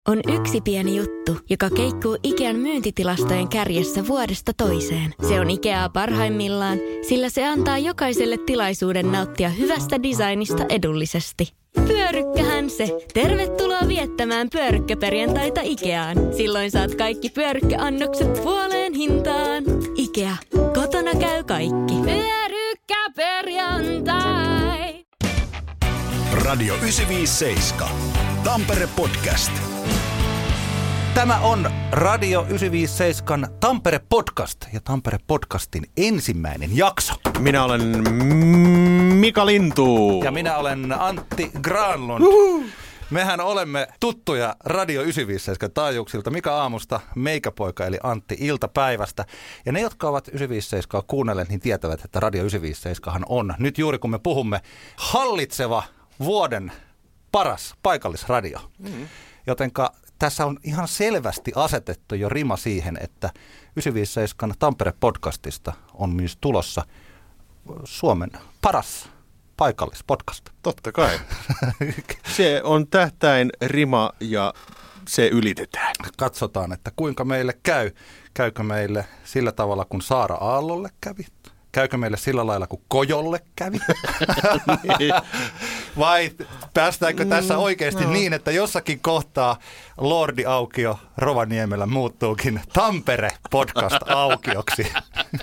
On yksi pieni juttu, joka keikkuu Ikean myyntitilastojen kärjessä vuodesta toiseen. Se on Ikeaa parhaimmillaan, sillä se antaa jokaiselle tilaisuuden nauttia hyvästä designista edullisesti. Pyörykkähän se! Tervetuloa viettämään pyörykkäperjantaita Ikeaan. Silloin saat kaikki pyörykkäannokset puoleen hintaan. Ikea. Kotona käy kaikki. Pyörykkäperjantai! Radio 957. Tampere Podcast. Tämä on Radio 957 Tampere Podcast ja Tampere Podcastin ensimmäinen jakso. Minä olen Mika Lintu. Ja minä olen Antti Granlund. Mehän olemme tuttuja Radio 957 taajuuksilta Mika aamusta, meikäpoika eli Antti iltapäivästä. Ja ne, jotka ovat 957 kuunnelleet, niin tietävät, että Radio 957 on nyt juuri kun me puhumme hallitseva vuoden paras paikallisradio. Jotenka tässä on ihan selvästi asetettu jo rima siihen, että 957 Tampere Podcastista on myös tulossa Suomen paras paikallispodcast. Totta kai. Se on tähtäin rima ja se ylitetään. Katsotaan, että kuinka meille käy. Käykö meille sillä tavalla, kun Saara Aallolle kävi? Käykö meille sillä lailla, kun Kojolle kävi? Niin. Vai päästäänkö tässä oikeasti niin, että jossakin kohtaa Lordi Aukio Rovaniemellä muuttuukin Tampere Podcast-aukioksi?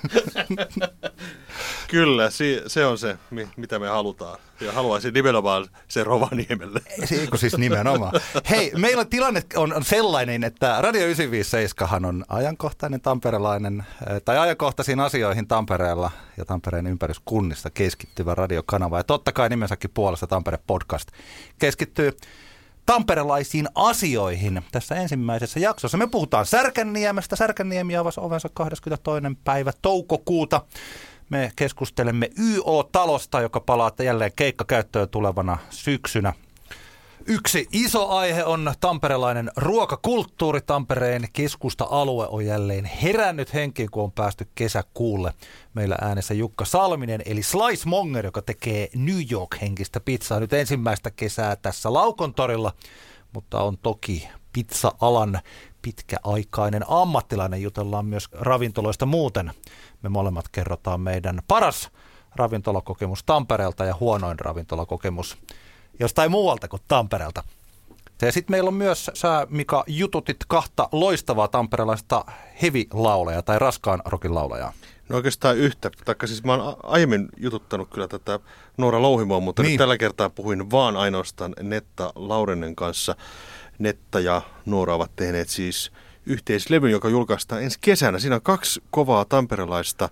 Kyllä, se on se, mitä me halutaan. Ja haluaisin nimenomaan se Rovaniemelle. Eikö siis nimenomaan? Hei, meillä tilanne on sellainen, että Radio 957 on ajankohtainen tamperelainen, tai ajankohtaisiin asioihin Tampereella ja Tampereen ympäryskunnissa keskittyvä radiokanava. Ja totta kai nimensäkin puolesta Tampere Podcast keskittyy tamperelaisiin asioihin tässä ensimmäisessä jaksossa. Me puhutaan Särkänniemestä. Särkänniemi avasi ovensa 22. päivä toukokuuta. Me keskustelemme YO-talosta, joka palaa jälleen keikkakäyttöön tulevana syksynä. Yksi iso aihe on tamperelainen ruokakulttuuri. Tampereen keskusta-alue on jälleen herännyt henkiin, kun on päästy kesäkuulle. Meillä äänessä Jukka Salminen, eli Slice Monger, joka tekee New York-henkistä pizzaa nyt ensimmäistä kesää tässä Laukontorilla, mutta on toki pizza-alan pitkäaikainen ammattilainen. Jutellaan myös ravintoloista muuten. Me molemmat kerrotaan meidän paras ravintolakokemus Tampereelta ja huonoin ravintolakokemus jostain muualta kuin Tampereelta. Ja sitten meillä on myös, sä Mika jututit kahta loistavaa tamperelaista heavy-laulajaa tai raskaan rockin laulajaa. No oikeastaan yhtä, taikka siis mä oon aiemmin jututtanut kyllä tätä Noora Louhimoa, mutta niin. Nyt tällä kertaa puhuin vaan ainoastaan Netta Laurenen kanssa. Netta ja Noora ovat tehneet siis yhteislevyn, joka julkaistaan ensi kesänä. Siinä on kaksi kovaa tamperelaista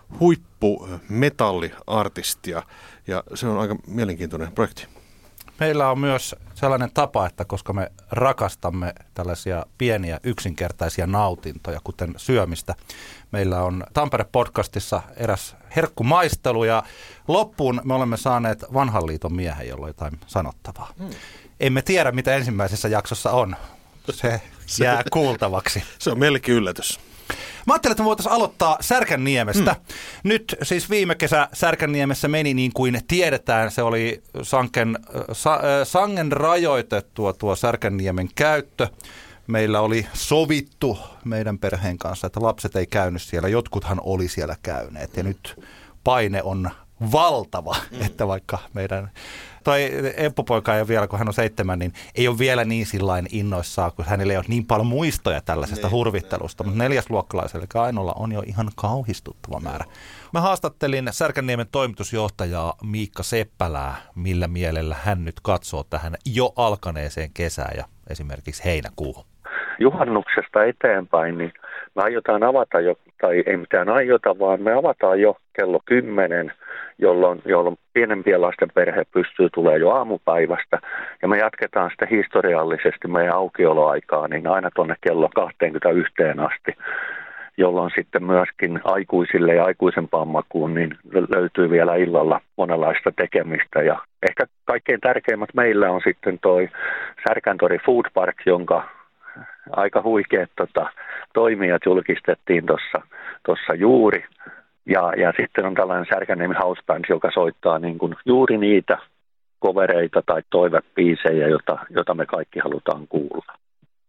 huippumetalliartistia ja se on aika mielenkiintoinen projekti. Meillä on myös sellainen tapa, että koska me rakastamme tällaisia pieniä yksinkertaisia nautintoja, kuten syömistä, meillä on Tampere-podcastissa eräs herkkumaistelu ja loppuun me olemme saaneet vanhan liiton miehen, jolla on jotain sanottavaa. Emme tiedä, mitä ensimmäisessä jaksossa on. Se jää kuultavaksi. Se on melkein yllätys. Mä ajattelin, että me voitaisiin aloittaa Särkänniemestä. Nyt siis viime kesä Särkänniemessä meni niin kuin tiedetään. Se oli sangen rajoitettua tuo Särkänniemen käyttö. Meillä oli sovittu meidän perheen kanssa, että lapset ei käynyt siellä. Jotkuthan oli siellä käyneet ja nyt paine on valtava, että vaikka meidän toi Eppu-poika ei ole vielä, kun hän on 7, niin ei ole vielä niin sillain innoissaan, kun hänellä ei ole niin paljon muistoja tällaisesta hurvittelusta. Mutta 4-luokkalaiselle Kainolla on jo ihan kauhistuttava määrä. Mä haastattelin Särkänniemen toimitusjohtajaa Miikka Seppälää, millä mielellä hän nyt katsoo tähän jo alkaneeseen kesään ja esimerkiksi heinäkuuhun. Juhannuksesta eteenpäin, niin me aiotaan avata jo, tai ei mitään aiota, vaan me avataan jo kello 10, jolloin pienempien lasten perhe pystyy tulemaan jo aamupäivästä. Ja me jatketaan sitten historiallisesti meidän aukioloaikaa niin aina tuonne kello 21 asti, jolloin sitten myöskin aikuisille ja aikuisempaan makuun niin löytyy vielä illalla monenlaista tekemistä. Ja ehkä kaikkein tärkeimmät meillä on sitten toi Särkäntori Food Park, jonka aika huikeat toimijat julkistettiin tuossa juuri. Ja sitten on tällainen Särkänniemen House Band, joka soittaa niin kuin juuri niitä kovereita tai toivebiisejä, jota me kaikki halutaan kuulla.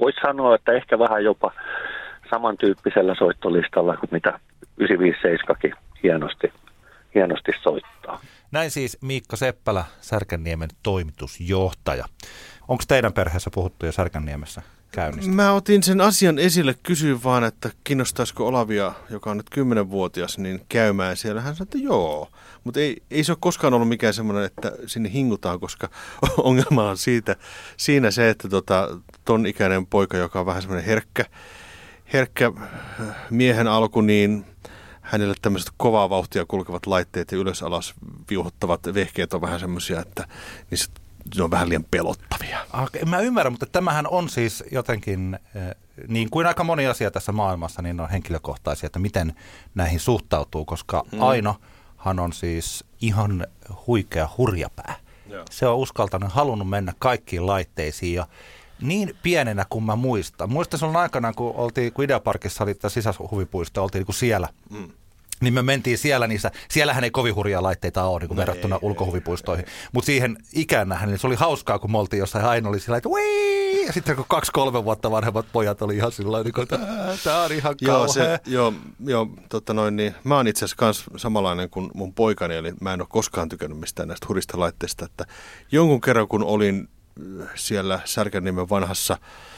voisi sanoa, että ehkä vähän jopa samantyyppisellä soittolistalla kuin mitä 957kin hienosti soittaa. Näin siis Miikka Seppälä, Särkänniemen toimitusjohtaja. Onko teidän perheessä puhuttu jo Särkänniemessä käynnistä? Mä otin sen asian esille, kysyin vaan, että kiinnostaisiko Olavia, joka on nyt 10-vuotias, niin käymään siellä. Hän sanoi, että joo, mutta ei se ole koskaan ollut mikään semmoinen, että sinne hingutaan, koska ongelma on siinä se, että ton ikäinen poika, joka on vähän semmoinen herkkä miehen alku, niin hänelle tämmöiset kovaa vauhtia kulkevat laitteet ja ylös alas viuhottavat vehkeet on vähän semmoisia, että ne on vähän liian pelottavia. Mä ymmärrän, mutta tämähän on siis jotenkin, niin kuin aika moni asia tässä maailmassa, niin on henkilökohtaisia, että miten näihin suhtautuu, koska Ainohan on siis ihan huikea hurjapää. Joo. Se on uskaltanut, halunnut mennä kaikkiin laitteisiin ja niin pienenä kuin mä muistan. Muistan silloin aikanaan, kun Ideaparkissa oli tämä sisähuvipuisto, oltiin niin kuin siellä. Niin me mentiin siellä niissä, siellähän ei kovin hurjaa laitteita ole niin verrattuna ulkohuvipuistoihin. Mutta siihen ikään niin se oli hauskaa, kun me oltiin jossain, Aino oli sillä, että wii! Ja sitten kun 2-3 vuotta vanhemmat pojat oli ihan sillä tavalla, että tämä on ihan kauhea. Niin, mä oon itse asiassa myös samanlainen kuin mun poikani, eli mä en ole koskaan tykännyt mistään näistä hurista laitteista. Että jonkun kerran, kun olin siellä Särkänniemen vanhassa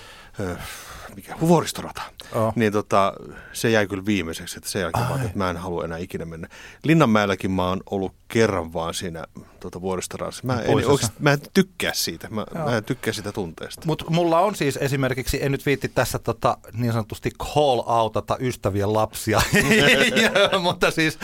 Vuoristorata, niin se jäi kyllä viimeiseksi, että sen jälkeen vaan, että mä en halua enää ikinä mennä. Linnanmäelläkin mä oon ollut kerran vaan siinä Vuoristoradassa. Mä en tykkää siitä, mä en tykkää sitä tunteesta. Mutta mulla on siis esimerkiksi, en nyt viitti tässä niin sanotusti call-outata ystävien lapsia, mutta siis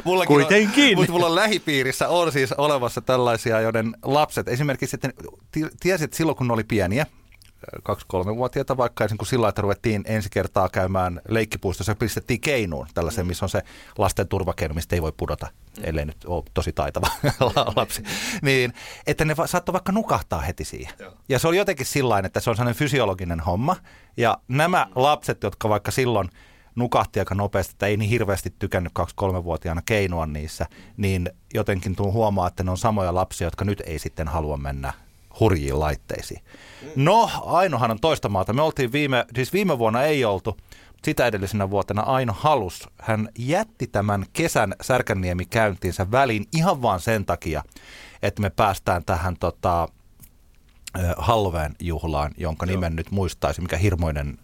mulla lähipiirissä on siis olemassa tällaisia, joiden lapset, esimerkiksi että tiesit, että silloin kun ne oli pieniä, 2-3-vuotiaita vaikka, ja kun sillä, että ruvettiin ensi kertaa käymään leikkipuistossa, pistettiin keinuun tällaisen, missä on se lasten turvakeino, mistä ei voi pudota, ellei nyt ole tosi taitava lapsi, niin että ne saattoi vaikka nukahtaa heti siihen. Ja se oli jotenkin sillain, että se on sellainen fysiologinen homma, ja nämä lapset, jotka vaikka silloin nukahti aika nopeasti, että ei niin hirveästi tykännyt 2-3-vuotiaana keinua niissä, niin jotenkin huomaa, että ne on samoja lapsia, jotka nyt ei sitten halua mennä hurjiin laitteisiin. No, Ainohan on toista maata. Me oltiin viime vuonna ei oltu, sitä edellisenä vuotena Aino halus. Hän jätti tämän kesän Särkänniemi-käyntiinsä väliin ihan vaan sen takia, että me päästään tähän Halloween-juhlaan, jonka nimen nyt muistaisin, mikä hirmoinen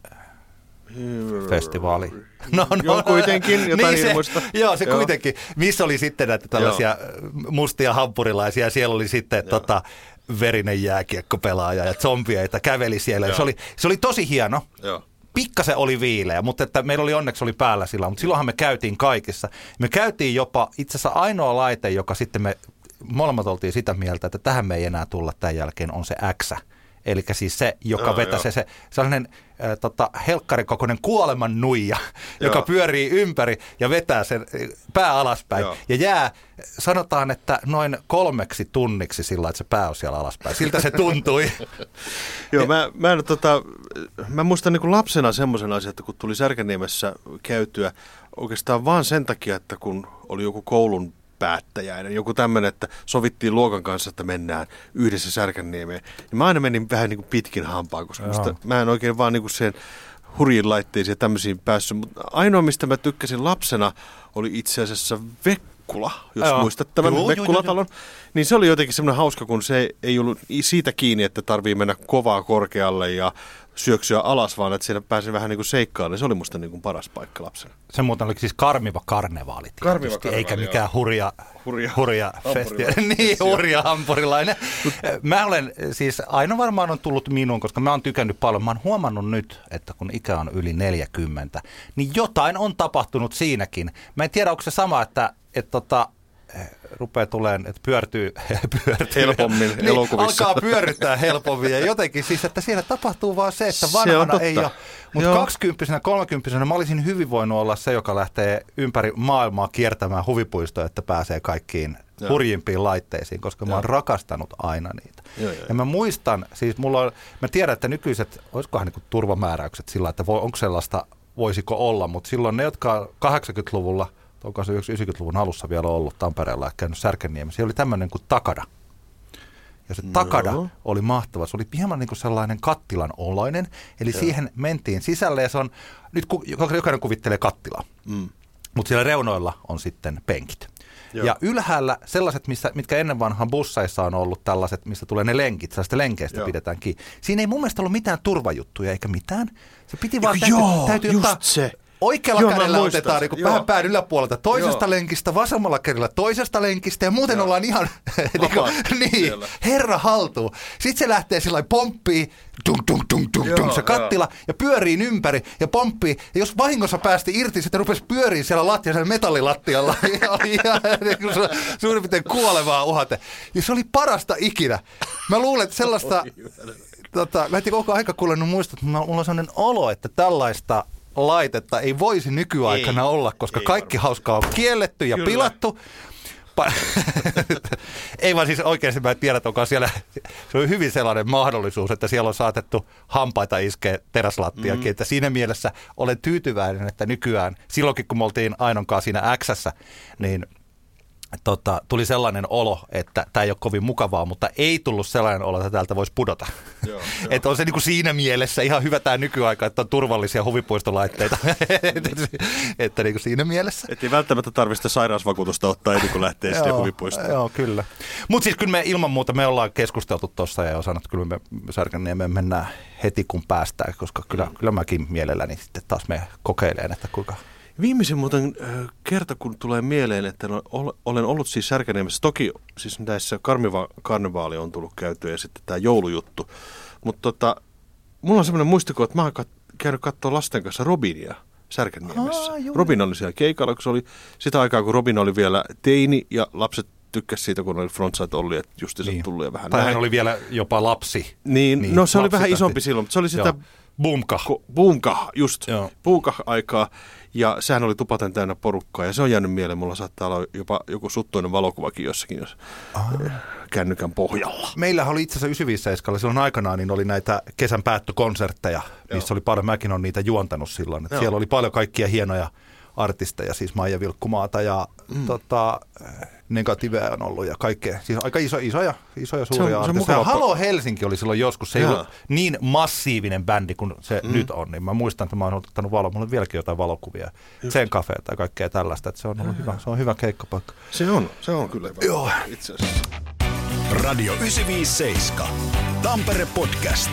festivaali. Joo, kuitenkin, jotain niin hirmuista. Joo, se kuitenkin. Missä oli sitten näitä tällaisia mustia hampurilaisia, siellä oli sitten verinen jääkiekkopelaaja ja zombieita käveli siellä. Se oli tosi hieno. Joo. Pikkasen oli viileä, mutta että meillä oli onneksi oli päällä sillä, mutta silloinhan me käytiin kaikissa. Me käytiin jopa itse asiassa ainoa laite, joka sitten me molemmat oltiin sitä mieltä, että tähän me ei enää tulla tämän jälkeen, on se X. Eli siis se, joka vetäisi se sellainen helkkarikokoinen kuoleman nuija, joka pyörii ympäri ja vetää sen pää alaspäin. Ja jää, sanotaan, että noin 3 tunniksi sillä, että se pää on siellä alaspäin. Siltä se tuntui. Joo, mä muistan niin kuin lapsena semmoisen asian, että kun tuli Särkänniemessä käytyä oikeastaan vaan sen takia, että kun oli joku koulun päättäjäinen, joku tämmöinen, että sovittiin luokan kanssa, että mennään yhdessä Särkänniemeen. Ja mä aina menin vähän niin kuin pitkin hampaan, koska mä en oikein vaan niin kuin sen hurjiin laitteisiin ja tämmöisiin päässyt. Mutta ainoa, mistä mä tykkäsin lapsena, oli itse asiassa Vekkula, jos muistat tämän Vekkulatalon. Niin se oli jotenkin semmoinen hauska, kun se ei ollut siitä kiinni, että tarvii mennä kovaa korkealle ja syöksyä alas, vaan että siellä pääsi vähän niin kuin seikkaalle. Se oli musta niin kuin paras paikka lapsena. Se muuten oli siis karmiva karnevaali tietysti, eikä mikään hurja festivaali. Niin, hurja hampurilainen. Mä olen siis, Aino varmaan on tullut minuun, koska mä oon tykännyt paljon. Mä oon huomannut nyt, että kun ikä on yli 40, niin jotain on tapahtunut siinäkin. Mä en tiedä, onko se sama, että rupeaa tulemaan, että pyörtyy helpommin niin, elokuvissa. Alkaa pyörryttää helpommin ja jotenkin siis, että siellä tapahtuu vaan se, että vanhana ei ole. Mutta 20-30 mä olisin hyvin voinut olla se, joka lähtee ympäri maailmaa kiertämään huvipuistoja, että pääsee kaikkiin hurjimpiin laitteisiin, koska mä oon rakastanut aina niitä. Ja mä muistan, siis mä tiedän, että nykyiset, olisikohan niin kuin turvamääräykset sillä, että onko sellaista, voisiko olla, mutta silloin ne, jotka 80-luvulla onko se 90-luvun alussa vielä ollut Tampereella ja käynyt Särkänniemessä. Se oli tämmöinen kuin Takada. Ja se takada oli mahtava. Se oli hieman niin kuin sellainen kattilan oloinen. Eli siihen mentiin sisälle ja se on, nyt jokainen kuvittelee kattilaa. Mutta siellä reunoilla on sitten penkit. Joo. Ja ylhäällä sellaiset, mitkä ennen vanhaan busseissa on ollut tällaiset, mistä tulee ne lenkit, sellaista lenkeistä pidetään kiinni. Siinä ei mun mielestä ollut mitään turvajuttuja eikä mitään. Se piti vaan täytyy ottaa se. Oikealla kädellä otetaan niin vähän pään yläpuolelta toisesta lenkistä, vasemmalla kädellä toisesta lenkistä ja muuten ollaan ihan niin, herra haltuu. Sitten se lähtee sillä pomppii, se kattila ja pyörii ympäri ja pomppii. Ja jos vahingossa päästi irti, sitten rupesi pyöriin siellä lattialla, metallilattialla. Ja oli ihan suurin piirtein kuolevaa uhate. Ja se oli parasta ikinä. Mä luulen, että sellaista, mä en koko aika kuulennut muistaa, että mulla on sellainen olo, että tällaista laitetta ei voisi nykyaikana olla, koska kaikki hauskaa on kielletty ja pilattu. Ei vaan siis oikeasti mä en tiedä, että onkaan siellä, se on hyvin sellainen mahdollisuus, että siellä on saatettu hampaita iskeä teräslattiakin, että siinä mielessä olen tyytyväinen, että nykyään, silloinkin kun me oltiin Ainonkaan siinä X:ssä, niin tuli sellainen olo, että tämä ei ole kovin mukavaa, mutta ei tullut sellainen olo, että täältä voisi pudota. Että on se niin kuin siinä mielessä ihan hyvä tämä nykyaika, että on turvallisia huvipuistolaitteita. Että niin kuin siinä mielessä. Että ei välttämättä tarvitse sairausvakuutusta ottaa ennen kuin lähtee sitten huvipuistoon. Joo, kyllä. Mutta siis kyllä me ilman muuta, me ollaan keskusteltu tuossa ja osannut, että kyllä me Särkänniemeen mennään heti kun päästään, koska kyllä mäkin mielelläni sitten taas me kokeilen, että kuinka. Viimeisen muuten kerta, kun tulee mieleen, että olen ollut siis Särkänniemessä, toki siis näissä karnevaali on tullut käytyä ja sitten tämä joulujuttu, mutta mulla on semmoinen muistikuva, että mä oon käynyt katsoa lasten kanssa Robinia Särkänniemessä. Robin oli siellä keikalla, kun se oli sitä aikaa, kun Robin oli vielä teini ja lapset tykkäsivät siitä, kun oli Frontside Olli, että justiinsa tullut ja vähän tai hän oli vielä jopa lapsi. Niin no se oli vähän isompi silloin, mutta se oli sitä Boomkah, just. Boomkah-aikaa. Ja sehän oli tupaten täynnä porukkaa ja se on jäänyt mieleen. Mulla saattaa olla jopa joku suttuinen valokuvakin jossakin, jos kännykän pohjalla. Meillähän oli itse asiassa 957 silloin aikanaan, niin oli näitä kesän päättökonsertteja, missä oli paljon, mäkin olen niitä juontanut silloin. Siellä oli paljon kaikkia hienoja artisteja, siis Maija Vilkkumaata ja Negativeä on ollut ja kaikkea. Siis aika isoja suuria artisteja. Halo Helsinki oli silloin joskus, se ei ollut niin massiivinen bändi kuin se nyt on. Niin mä muistan, että mä oon ottanut mulla on vieläkin jotain valokuvia, Zen Cafeeta ja kaikkea tällaista. Että se on ollut hyvä, se on hyvä keikkapaikka. Se on kyllä hyvä. Joo. Itse asiassa. Radio 957. Tampere Podcast.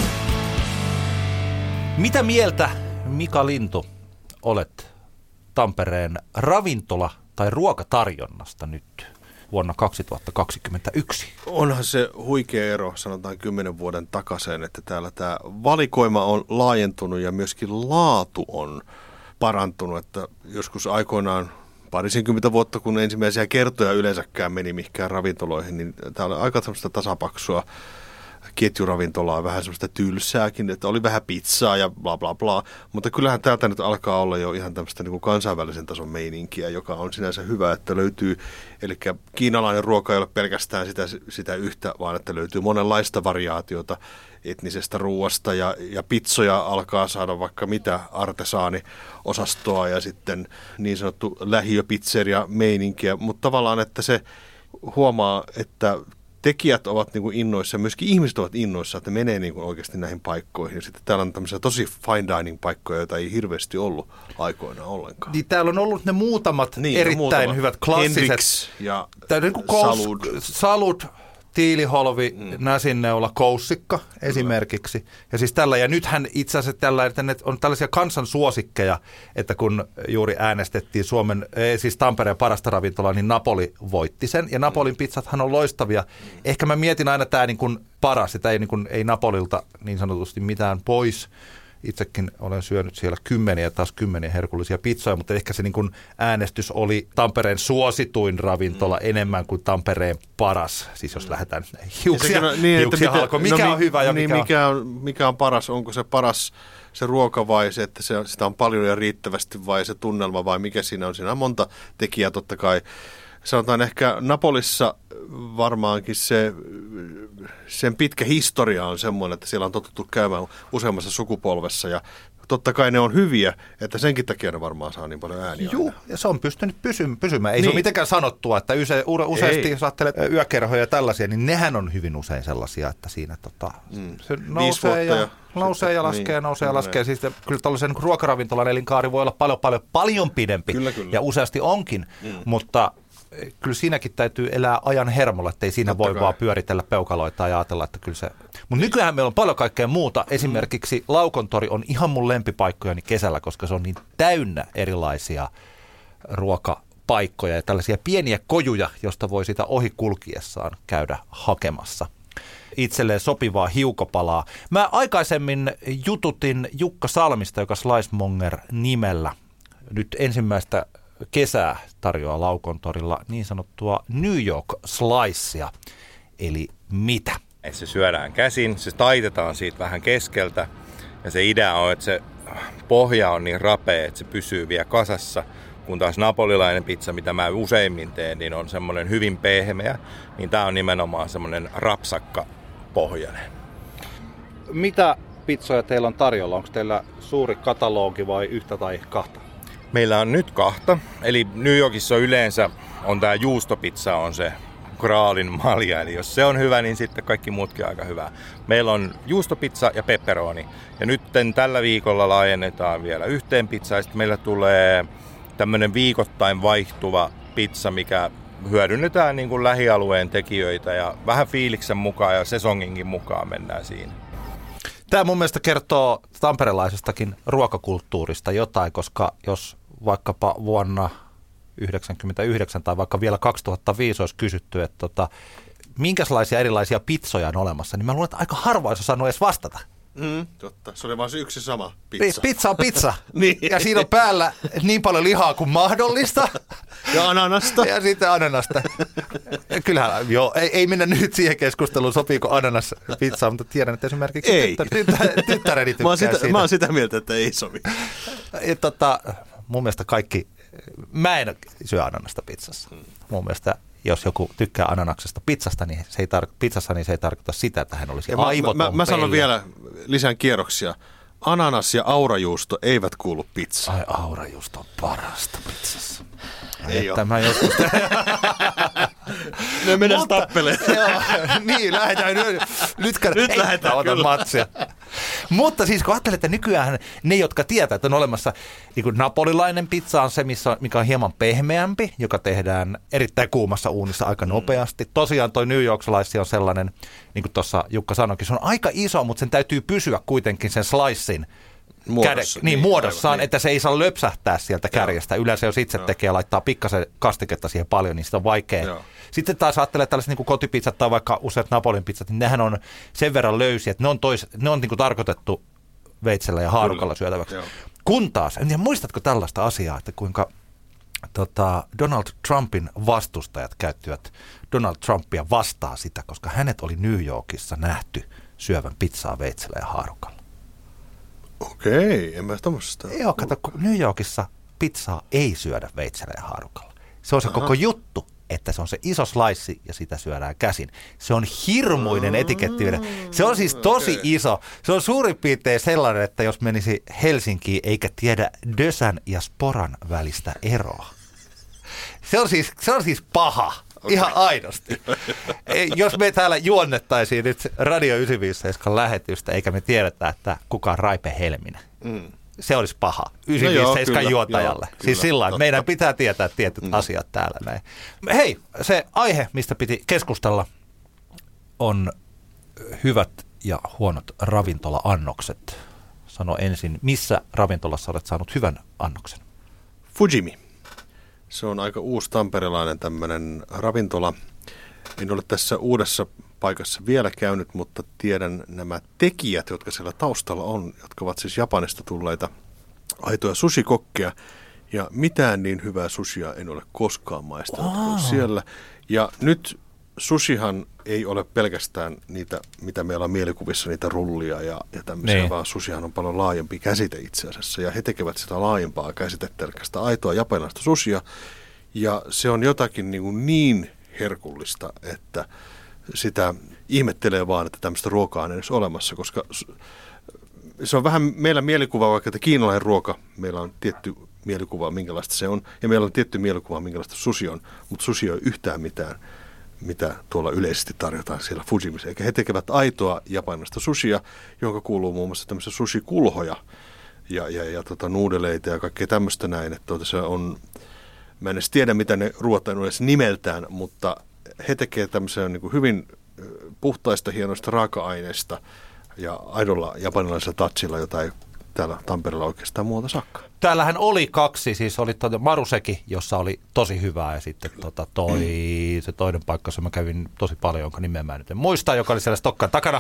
Mitä mieltä, Mika Lintu, olet Tampereen ravintola- tai ruokatarjonnasta nyt vuonna 2021? Onhan se huikea ero, sanotaan 10 vuoden takaisin, että täällä tämä valikoima on laajentunut ja myöskin laatu on parantunut, että joskus aikoinaan 20 vuotta, kun ensimmäisiä kertoja yleensäkään meni mihinkään ravintoloihin, niin täällä oli aika semmoista tasapaksua ketjuravintolaa, vähän semmoista tylsääkin, että oli vähän pizzaa ja bla bla bla, mutta kyllähän täältä nyt alkaa olla jo ihan tämmöistä niin kuin kansainvälisen tason meininkiä, joka on sinänsä hyvä, että löytyy, eli kiinalainen ruoka ei ole pelkästään sitä yhtä, vaan että löytyy monenlaista variaatiota etnisestä ruoasta ja pizzoja alkaa saada vaikka mitä artesaaniosastoa ja sitten niin sanottu lähiöpizzeria meininkiä, mutta tavallaan, että se huomaa, että tekijät ovat niin kuin innoissa ja myöskin ihmiset ovat innoissa, että menee niin kuin oikeasti näihin paikkoihin. Ja sitten täällä on tämmöisiä tosi fine dining paikkoja, joita ei hirveästi ollut aikoinaan ollenkaan. Niin täällä on ollut ne muutamat erittäin hyvät klassiset. Hendrix ja niin Salud, tiiliholvi, näsinneula, koussikka esimerkiksi. Ja siis tällä, ja nythän itse asiassa tällä, että ne on tällaisia kansansuosikkeja, että kun juuri äänestettiin siis Tampereen parasta ravintolaa, niin Napoli voitti sen. Ja Napolin pizzathan on loistavia. Ehkä mä mietin aina tämä niin kuin paras, että ei Napolilta niin sanotusti mitään pois. Itsekin olen syönyt siellä 10 herkullisia pizzoja, mutta ehkä se niin kuin äänestys oli Tampereen suosituin ravintola enemmän kuin Tampereen paras. Siis jos lähdetään hiuksia halkoon. Mikä on hyvä ja mikä on paras? Onko se paras se ruoka vai se, että sitä on paljon ja riittävästi vai se tunnelma vai mikä siinä on? Siinä on monta tekijää totta kai. sanotaan ehkä Napolissa varmaankin sen pitkä historia on semmoinen, että siellä on totuttu käymään useammassa sukupolvessa ja totta kai ne on hyviä, että senkin takia ne varmaan saa niin paljon ääniä. Joo, ja se on pystynyt pysymään. Ei se ole mitenkään sanottua, että useasti jos ajattelet yökerhoja ja tällaisia, niin nehän on hyvin usein sellaisia, että siinä se nousee ja laskee. Siis kyllä tällaisen ruokaravintolan elinkaari voi olla paljon pidempi. Kyllä. Ja useasti onkin, mutta kyllä siinäkin täytyy elää ajan hermolla, että ei siinä voi vaan pyöritellä peukaloita ja ajatella, että kyllä se. Mutta nykyään meillä on paljon kaikkea muuta. Esimerkiksi Laukontori on ihan mun lempipaikkojani kesällä, koska se on niin täynnä erilaisia ruokapaikkoja ja tällaisia pieniä kojuja, josta voi sitä ohi kulkiessaan käydä hakemassa itselleen sopivaa hiukopalaa. Mä aikaisemmin jututin Jukka Salmista, joka Slicemonger nimellä nyt ensimmäistä kesää tarjoaa Laukontorilla niin sanottua New York Slicea. Eli mitä? Että se syödään käsin, se taitetaan siitä vähän keskeltä ja se idea on, että se pohja on niin rapea, että se pysyy vielä kasassa. Kun taas napolilainen pizza, mitä mä useimmin teen, niin on semmoinen hyvin pehmeä, niin tää on nimenomaan semmoinen rapsakka pohjainen. Mitä pizzoja teillä on tarjolla? Onko teillä suuri katalogi vai yhtä tai kahta? Meillä on nyt kahta. Eli New Yorkissa yleensä on tää juustopizza on se graalin malja. Eli jos se on hyvä, niin sitten kaikki muutkin on aika hyvää. Meillä on juustopizza ja pepperoni. Ja nyt tällä viikolla laajennetaan vielä yhteen pizzaan. Ja sitten meillä tulee tämmöinen viikoittain vaihtuva pizza, mikä hyödynnetään niin kuin lähialueen tekijöitä. Ja vähän fiiliksen mukaan ja sesonginkin mukaan mennään siinä. Tämä mun mielestä kertoo tamperelaisestakin ruokakulttuurista jotain, koska jos vaikkapa vuonna 1999 tai vaikka vielä 2005 olisi kysytty, että minkälaisia erilaisia pizzoja on olemassa, niin mä luulen, että aika harva olisi osannut edes vastata. Totta, se oli vaan se yksi sama pizza. Pizza on pizza. Niin. Ja siinä on päällä niin paljon lihaa kuin mahdollista. Ja ananasta. Ja sitten ananasta. Kyllähän, joo, ei mennä nyt siihen keskusteluun, sopiiko ananas pizzaa, mutta tiedän, että esimerkiksi tyttäreni tykkää siitä. Mä oon sitä mieltä, että ei sovi. Mun mielestä mä en syö ananasta pizzassa. Mun mielestä jos joku tykkää ananaksesta pizzasta, niin se ei tarkoita sitä, että hän olisi aivoton. Mä sanon vielä lisään kierroksia. Ananas ja aurajuusto eivät kuulu pizzaan. Ai, aurajuusto on parasta pizzassa. Ei ole. Tämä joskus. Ne mennään tappeleen. Niin, lähdetään nyt lähdetään kyllä. Matsia. Mutta siis kun ajattelet, että nykyään ne, jotka tietää, että on olemassa niin kuin napolilainen pizza on se, mikä on hieman pehmeämpi, joka tehdään erittäin kuumassa uunissa aika nopeasti. Tosiaan toi New York Slice on sellainen, niin kuin tuossa Jukka sanoikin, se on aika iso, mutta sen täytyy pysyä kuitenkin sen slicein muodossaan, että se ei saa löpsähtää sieltä kärjestä. Yleensä jos itse tekee ja laittaa pikkasen kastiketta siihen paljon, niin sitä on vaikea. Joo. Sitten taas ajattelee tällaiset niin kuin kotipizzat tai vaikka useat Napolin pizzat, niin nehän on sen verran löysiä, että ne on niin kuin tarkoitettu veitsellä ja haarukalla syötäväksi. Joo. Kun taas, en tiedä muistatko tällaista asiaa, että kuinka Donald Trumpin vastustajat käyttivät Donald Trumpia vastaan sitä, koska hänet oli New Yorkissa nähty syövän pizzaa veitsellä ja haarukalla. Okei, en mä tämmöistä. Joo, kato, New Yorkissa pizzaa ei syödä veitsellä ja haarukalla. Se on se koko juttu, että se on se iso slice ja sitä syödään käsin. Se on hirmuinen etiketti. Se on siis tosi iso. Se on suurin piirtein sellainen, että jos menisi Helsinkiin eikä tiedä Dösän ja Sporan välistä eroa. Se on siis paha. Okay. Ihan aidosti. Jos me täällä juonnettaisiin nyt Radio 957 lähetystä, eikä me tiedetä, että kuka on Raipe Helminen. Se olisi paha 957 juontajalle. Siis sillä lailla, meidän pitää tietää tietyt asiat täällä näin. Hei, se aihe, mistä piti keskustella, on hyvät ja huonot ravintola-annokset. Sano ensin, missä ravintolassa olet saanut hyvän annoksen? Fujimi. Se on aika uusi tamperelainen tämmöinen ravintola. En ole tässä uudessa paikassa vielä käynyt, mutta tiedän nämä tekijät, jotka siellä taustalla on, jotka ovat siis Japanista tulleita aitoja sushikokkeja. Ja mitään niin hyvää sushia en ole koskaan maistanut kuin siellä. Ja nyt sushihan ei ole pelkästään niitä, mitä meillä on mielikuvissa, niitä rullia ja tämmöisiä, vaan sushihan on paljon laajempi käsite itse asiassa. Ja he tekevät sitä laajempaa käsitettä, eli sitä aitoa japanilaista sushia. Ja se on jotakin niin herkullista, että sitä ihmettelee vaan, että tämmöistä ruokaa on edes olemassa, koska se on vähän meillä mielikuva, vaikka että kiinalainen ruoka, meillä on tietty mielikuva, minkälaista se on, ja meillä on tietty mielikuva, minkälaista sushi on, mutta sushi ei ole yhtään mitään, mitä tuolla yleisesti tarjotaan siellä Fujimissa. Eikä he tekevät aitoa japanilaista sushia, jonka kuuluu muun muassa tämmöisiä sushi-kulhoja ja nuudeleita ja kaikkea tämmöistä näin. Että se on, mä en edes tiedä, mitä ne ruoat on edes nimeltään, mutta he tekevät tämmöisiä niin kuin hyvin puhtaista, hienoista raaka-aineista ja aidolla japanilaisella touchilla, jota ei täällä Tampereella oikeastaan muuta saakkaan. Täällähän oli 2, siis oli Maruseki, jossa oli tosi hyvää, ja sitten se toinen paikka, jossa mä kävin tosi paljon, jonka nimeä mä nyt en muista, joka oli siellä Stokkan takana.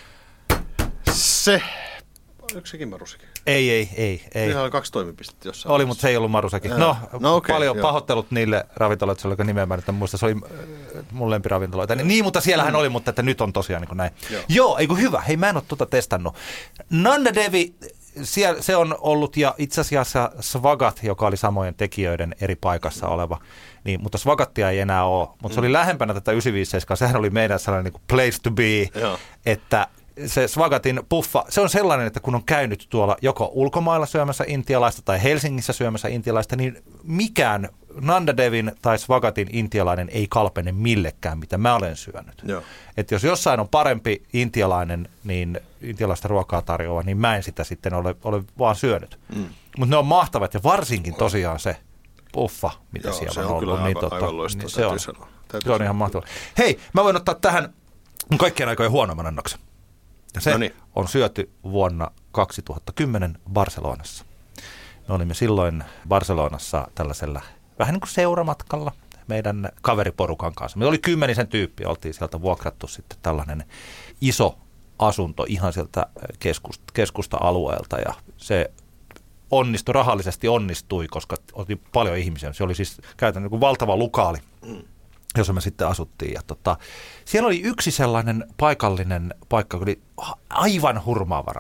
Oliko sekin Maruseki? Ei. Niillä oli 2 toimipistettä jossain. Oli, mutta se ei ollut Maruseki. No okay, paljon pahoittelut niille ravintoloille, joka nimeä mä nyt en muista, se oli mun lempiravintoloita. Niin, mutta siellähän oli, mutta että nyt on tosiaan niin kuin näin. Joo, eiku hyvä. Hei, mä en ole testannut. Nanda Devi, se on ollut, ja itse asiassa Svagat, joka oli samojen tekijöiden eri paikassa oleva, niin, mutta Svagattia ei enää ole. Mutta se oli lähempänä tätä 957, sehän oli meidän sellainen niin kuin place to be, että se Svagatin puffa, se on sellainen, että kun on käynyt tuolla joko ulkomailla syömässä intialaista tai Helsingissä syömässä intialaista, niin mikään Nanda Devin tai Svagatin intialainen ei kalpene millekään, mitä mä olen syönyt. Että jos jossain on parempi intialainen, niin intialaista ruokaa tarjoava, niin mä en sitä sitten ole vaan syönyt. Mutta ne on mahtavat, ja varsinkin tosiaan se puffa, mitä siellä on ollut. Aivan loistava, niin se on ihan mahtavaa. Hei, mä voin ottaa tähän kaikkien aikojen huonomman annoksen. Ja se on syöty vuonna 2010 Barcelonassa. Me olimme silloin Barcelonassa tällaisella vähän niin kuin seuramatkalla meidän kaveriporukan kanssa. Me oli 10 tyyppiä, oltiin sieltä vuokrattu sitten tällainen iso asunto ihan sieltä keskusta-alueelta, ja se rahallisesti onnistui, koska oli paljon ihmisiä. Se oli siis käytännössä niin kuin valtava lukaali, jossa me sitten asuttiin. Ja siellä oli yksi sellainen paikallinen paikka, joka oli aivan hurmaava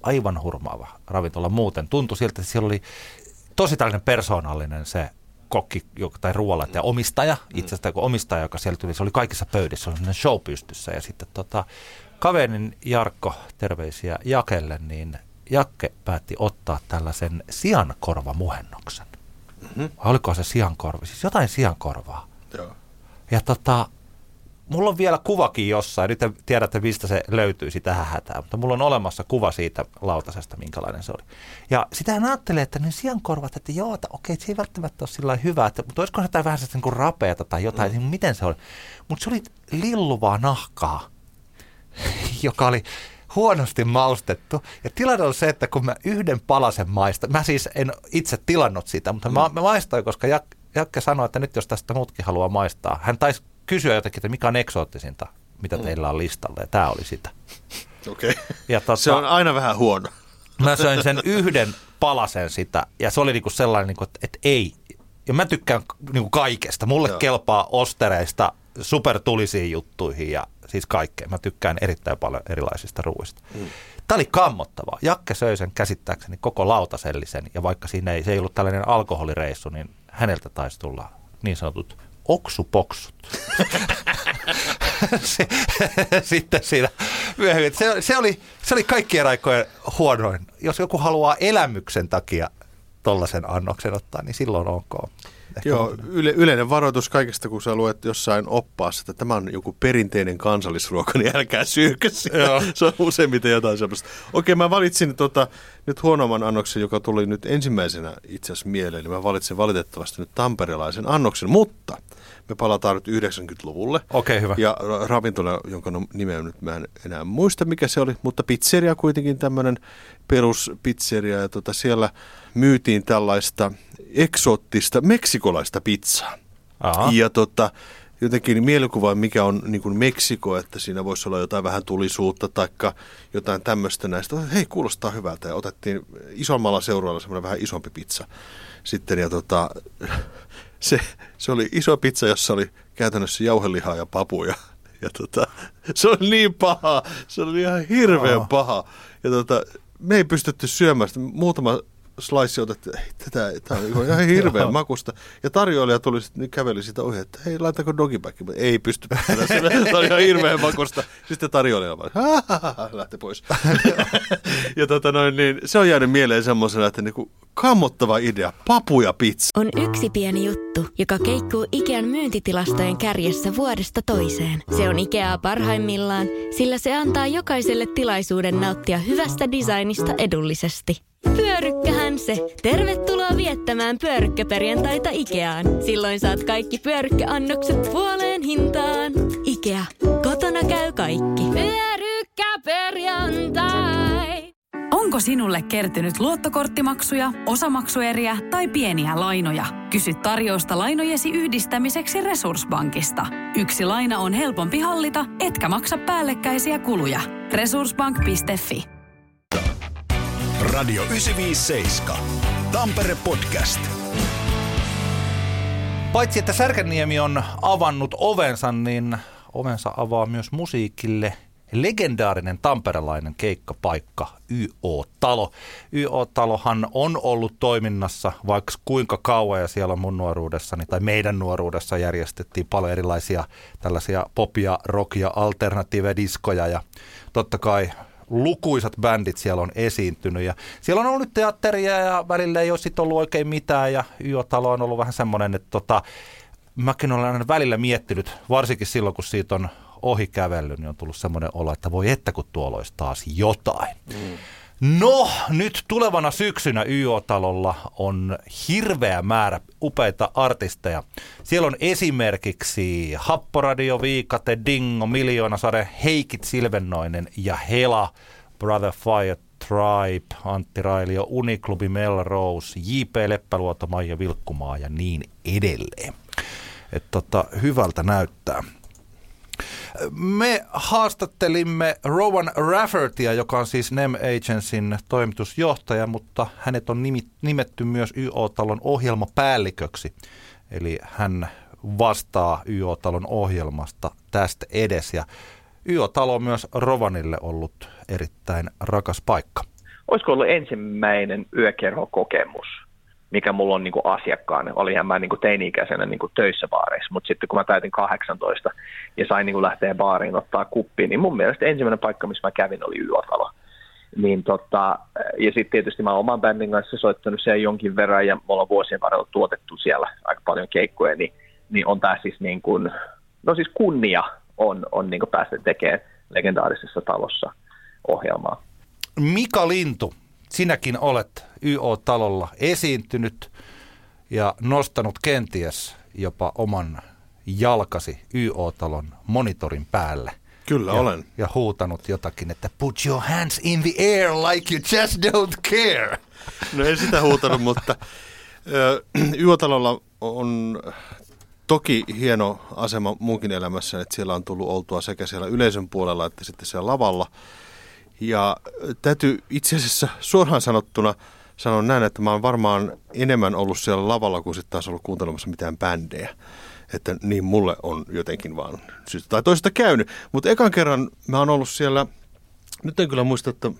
ravintola muuten. Tuntui siltä, että siellä oli tosi tällainen persoonallinen se kokki tai ruoanlaittaja, omistaja, itse asiassa kun omistaja, joka siellä tuli, se oli kaikissa pöydissä, se oli sellainen show pystyssä. Ja sitten kaverin Jarkko, terveisiä Jakelle, niin Jakke päätti ottaa tällaisen siankorvamuhennoksen. Vai olikohan se siankorva? Siis jotain siankorvaa. Joo. Ja mulla on vielä kuvakin jossain, nyt en tiedä, että mistä se löytyisi tähän hätään, mutta mulla on olemassa kuva siitä lautasesta, minkälainen se oli. Ja sitähän ajattelee, että ne siankorvat, että joo, että okei, se ei välttämättä ole sillä hyvä, mutta olisiko se jotain vähän niin kuin rapeata tai jotain, niin miten se oli. Mutta se oli lilluvaa nahkaa, joka oli huonosti maustettu. Ja tilanne on se, että kun mä yhden palasen maistan, mä siis en itse tilannut sitä, mutta mä maistoin, koska Jakke sanoi, että nyt jos tästä muutkin haluaa maistaa. Hän taisi kysyä jotakin, että mikä on eksoottisinta, mitä teillä on listalla, ja tämä oli sitä. Okei. Se on aina vähän huono. Mä söin sen yhden palasen sitä, ja se oli niinku sellainen, niinku, että ei. Ja mä tykkään niinku kaikesta. Mulle kelpaa ostereista supertulisiin juttuihin ja siis kaikkea. Mä tykkään erittäin paljon erilaisista ruuista. Tämä oli kammottavaa. Jakke söi sen käsittääkseni koko lautasellisen, ja vaikka siinä se ei ollut tällainen alkoholireissu, niin häneltä taisi tulla niin sanotut oksupoksut. Sitten siinä myöhemmin. Se oli kaikkien aikojen huonoin. Jos joku haluaa elämyksen takia tollaisen annoksen ottaa, niin silloin onko. Joo, yleinen varoitus kaikesta, kun sä luet jossain oppaassa, että tämä on joku perinteinen kansallisruoka, niin älkää syökö sitä. Se on useimmiten jotain sellaista. Okei, mä valitsin nyt huonomman annoksen, joka tuli nyt ensimmäisenä itse asiassa mieleen, niin mä valitsin valitettavasti nyt tamperelaisen annoksen, mutta me palataan nyt 90-luvulle. Okei, hyvä. Ja ravintola, jonka nimeä nyt mä en enää muista, mikä se oli, mutta pizzeria kuitenkin tämmöinen peruspizzeria, ja siellä myytiin tällaista eksoottista meksikolaista pizzaa. Aha. Ja jotenkin mielikuva, mikä on niin kuin Meksiko, että siinä voisi olla jotain vähän tulisuutta tai jotain tämmöistä näistä. Hei, kuulostaa hyvältä, ja otettiin isommalla seuraalla semmoinen vähän isompi pizza sitten, ja se oli iso pizza, jossa oli käytännössä jauhelihaa ja papuja. Ja se oli niin paha, se oli ihan hirveän paha. Ja me ei pystytty syömään sitä. Muutama slice otettiin, tämä on ihan hirveän makusta. Ja tarjoilija tuli sitten, käveli sitä ohi, että hei, laitako dogibagin? Ei pysty. Tämä on ihan hirveän makusta. Sitten tarjoilija vaan, lähti pois. Ja niin, se on jäänyt mieleen semmoisena, että niinku kammottava idea, papu ja pizza. On yksi pieni juttu, joka keikkuu Ikean myyntitilastojen kärjessä vuodesta toiseen. Se on Ikeaa parhaimmillaan, sillä se antaa jokaiselle tilaisuuden nauttia hyvästä designista edullisesti. Pyörykkähän se! Tervetuloa viettämään pyörykkäperjantaita Ikeaan. Silloin saat kaikki pyörykkäannokset puoleen hintaan. Ikea. Kotona käy kaikki. Pyörykkäperjantai! Onko sinulle kertynyt luottokorttimaksuja, osamaksueriä tai pieniä lainoja? Kysy tarjousta lainojesi yhdistämiseksi Resurssbankista. Yksi laina on helpompi hallita, etkä maksa päällekkäisiä kuluja. Resurssbank.fi. Radio 957. Tampere Podcast. Paitsi että Särkänniemi on avannut ovensa, niin ovensa avaa myös musiikille legendaarinen tamperelainen keikkapaikka YO-talo. YO-talohan on ollut toiminnassa vaikka kuinka kauan, ja siellä mun nuoruudessani tai meidän nuoruudessa järjestettiin paljon erilaisia tällaisia popia, rockia, alternatiive-diskoja, ja totta kai lukuisat bändit siellä on esiintynyt, ja siellä on ollut teatteria ja välillä ei ole sitten ollut oikein mitään, ja YO-talo on ollut vähän semmoinen, että mäkin olen aina välillä miettinyt, varsinkin silloin kun siitä on ohi kävellyt, niin on tullut semmoinen olo, että voi että kun tuolla olisi taas jotain. No, nyt tulevana syksynä YO-talolla on hirveä määrä upeita artisteja. Siellä on esimerkiksi Happoradio, Viikate, Dingo, Miljoonasade, Heikit Silvennoinen ja Hela, Brother Fire Tribe, Antti Railio, Uniklubi, Melrose, J.P. Leppäluoto, Maija Vilkkumaa ja niin edelleen. Että hyvältä näyttää. Me haastattelimme Rowan Raffertyä, joka on siis NEM Agencyn toimitusjohtaja, mutta hänet on nimetty myös YO-talon ohjelmapäälliköksi. Eli hän vastaa YO-talon ohjelmasta tästä edes. Ja YO-talo on myös Rovanille ollut erittäin rakas paikka. Olisiko ollut ensimmäinen yökerhokokemus, mikä mulla on niinku asiakkaana? Olihan mä niinku teini-ikäisenä niinku töissä baareissa, mutta sitten kun mä täytin 18 ja sain niinku lähteä baariin ottaa kuppiin, niin mun mielestä ensimmäinen paikka, missä mä kävin, oli YO-talo. Niin ja sitten tietysti mä oon oman bändin kanssa soittanut siellä jonkin verran, ja me ollaan vuosien varrella tuotettu siellä aika paljon keikkoja, niin on tää siis niin kuin, no siis kunnia on niin kuin päästä tekemään legendaarisessa talossa ohjelmaa. Mika Lintu, sinäkin olet YO-talolla esiintynyt ja nostanut kenties jopa oman jalkasi YO-talon monitorin päälle. Kyllä olen. Ja huutanut jotakin, että put your hands in the air like you just don't care. No en sitä huutanut, mutta YO-talolla on toki hieno asema munkin elämässä, että siellä on tullut oltua sekä siellä yleisön puolella että sitten siellä lavalla. Ja täytyy itse asiassa suoraan sanottuna sanoa näin, että mä oon varmaan enemmän ollut siellä lavalla kuin sitten taas ollut kuuntelemassa mitään bändejä. Että niin mulle on jotenkin vaan syystä tai toisesta käynyt. Mutta ekan kerran mä oon ollut siellä, nyt en kyllä muista, että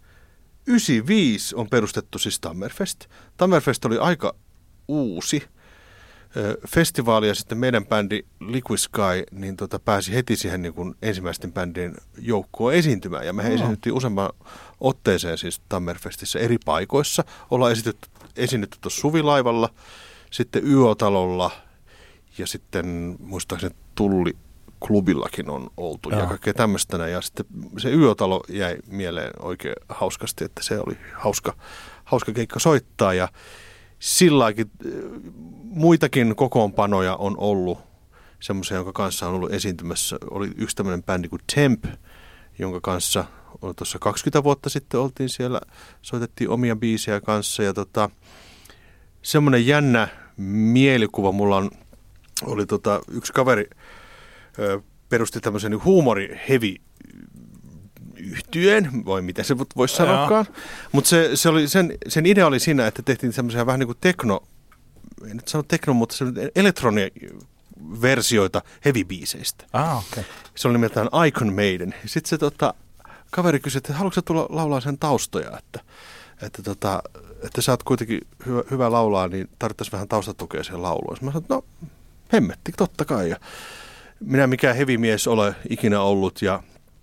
95 on perustettu siis Tammerfest. Tammerfest oli aika uusi festivaali ja sitten meidän bändi Liquid Sky niin pääsi heti siihen niin kuin ensimmäisten bändien joukkoon esiintymään. Ja me esiinnyttiin useamman otteeseen siis Tammerfestissä eri paikoissa. Ollaan esiinnytty tuossa Suvilaivalla, sitten YO-talolla ja sitten muistaakseni Tulliklubillakin on oltu ja kaikkea tämmöistä. Ja sitten se YO-talo jäi mieleen oikein hauskasti, että se oli hauska keikka soittaa ja silläkin muitakin kokoonpanoja on ollut semmoisia, jonka kanssa on ollut esiintymässä. Oli yksi tämmöinen bändi kuin Temp, jonka kanssa tuossa 20 vuotta sitten oltiin siellä, soitettiin omia biisejä kanssa. Ja semmoinen jännä mielikuva mulla oli yksi kaveri perusti tämmöisen huumori-heavy yhtyeen, vai miten se voisi sanoakaan. Mutta se oli, sen idea oli siinä, että tehtiin semmoisia vähän niin kuin en nyt sano tekno, mutta elektroniversioita heavy-biiseistä. Okay. Se oli nimeltään Icon Maiden. Sitten se kaveri kysyi, että haluatko tulla laulaa sen taustoja, että että sä oot kuitenkin hyvä laulaa, niin tarvittaisiin vähän taustatukea siihen lauluun. Mä sanoin, että no hemmetti, totta kai. Ja minä mikään hevimies ole ikinä ollut ja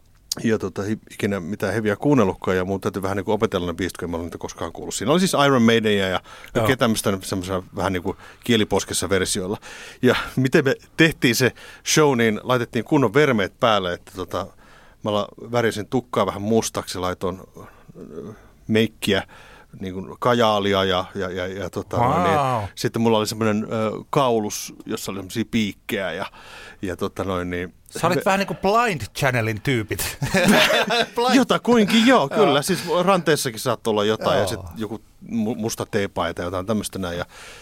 ikinä mitään heviä kuunnellutkaan ja mun täytyy vähän niin kuin opetella ne biisit, kun en ole niitä koskaan kuullut. Siinä oli siis Iron Maidenia ja kaikkea tämmöistä semmoisena vähän niin kuin kieliposkessa versioilla. Ja miten me tehtiin se show, niin laitettiin kunnon vermeet päälle, että mä värisin tukkaa vähän mustaksi, laitoin meikkiä, niin kuin kajaalia ja niin, sitten mulla oli semmoinen kaulus, jossa oli semmoisia piikkejä ja niin. Sä olit vähän niin kuin Blind Channelin tyypit. Jotakuinkin, joo, kyllä. Siis ranteessakin saattoi olla jotain ja sitten joku musta teepaita ja jotain tämmöistä näin.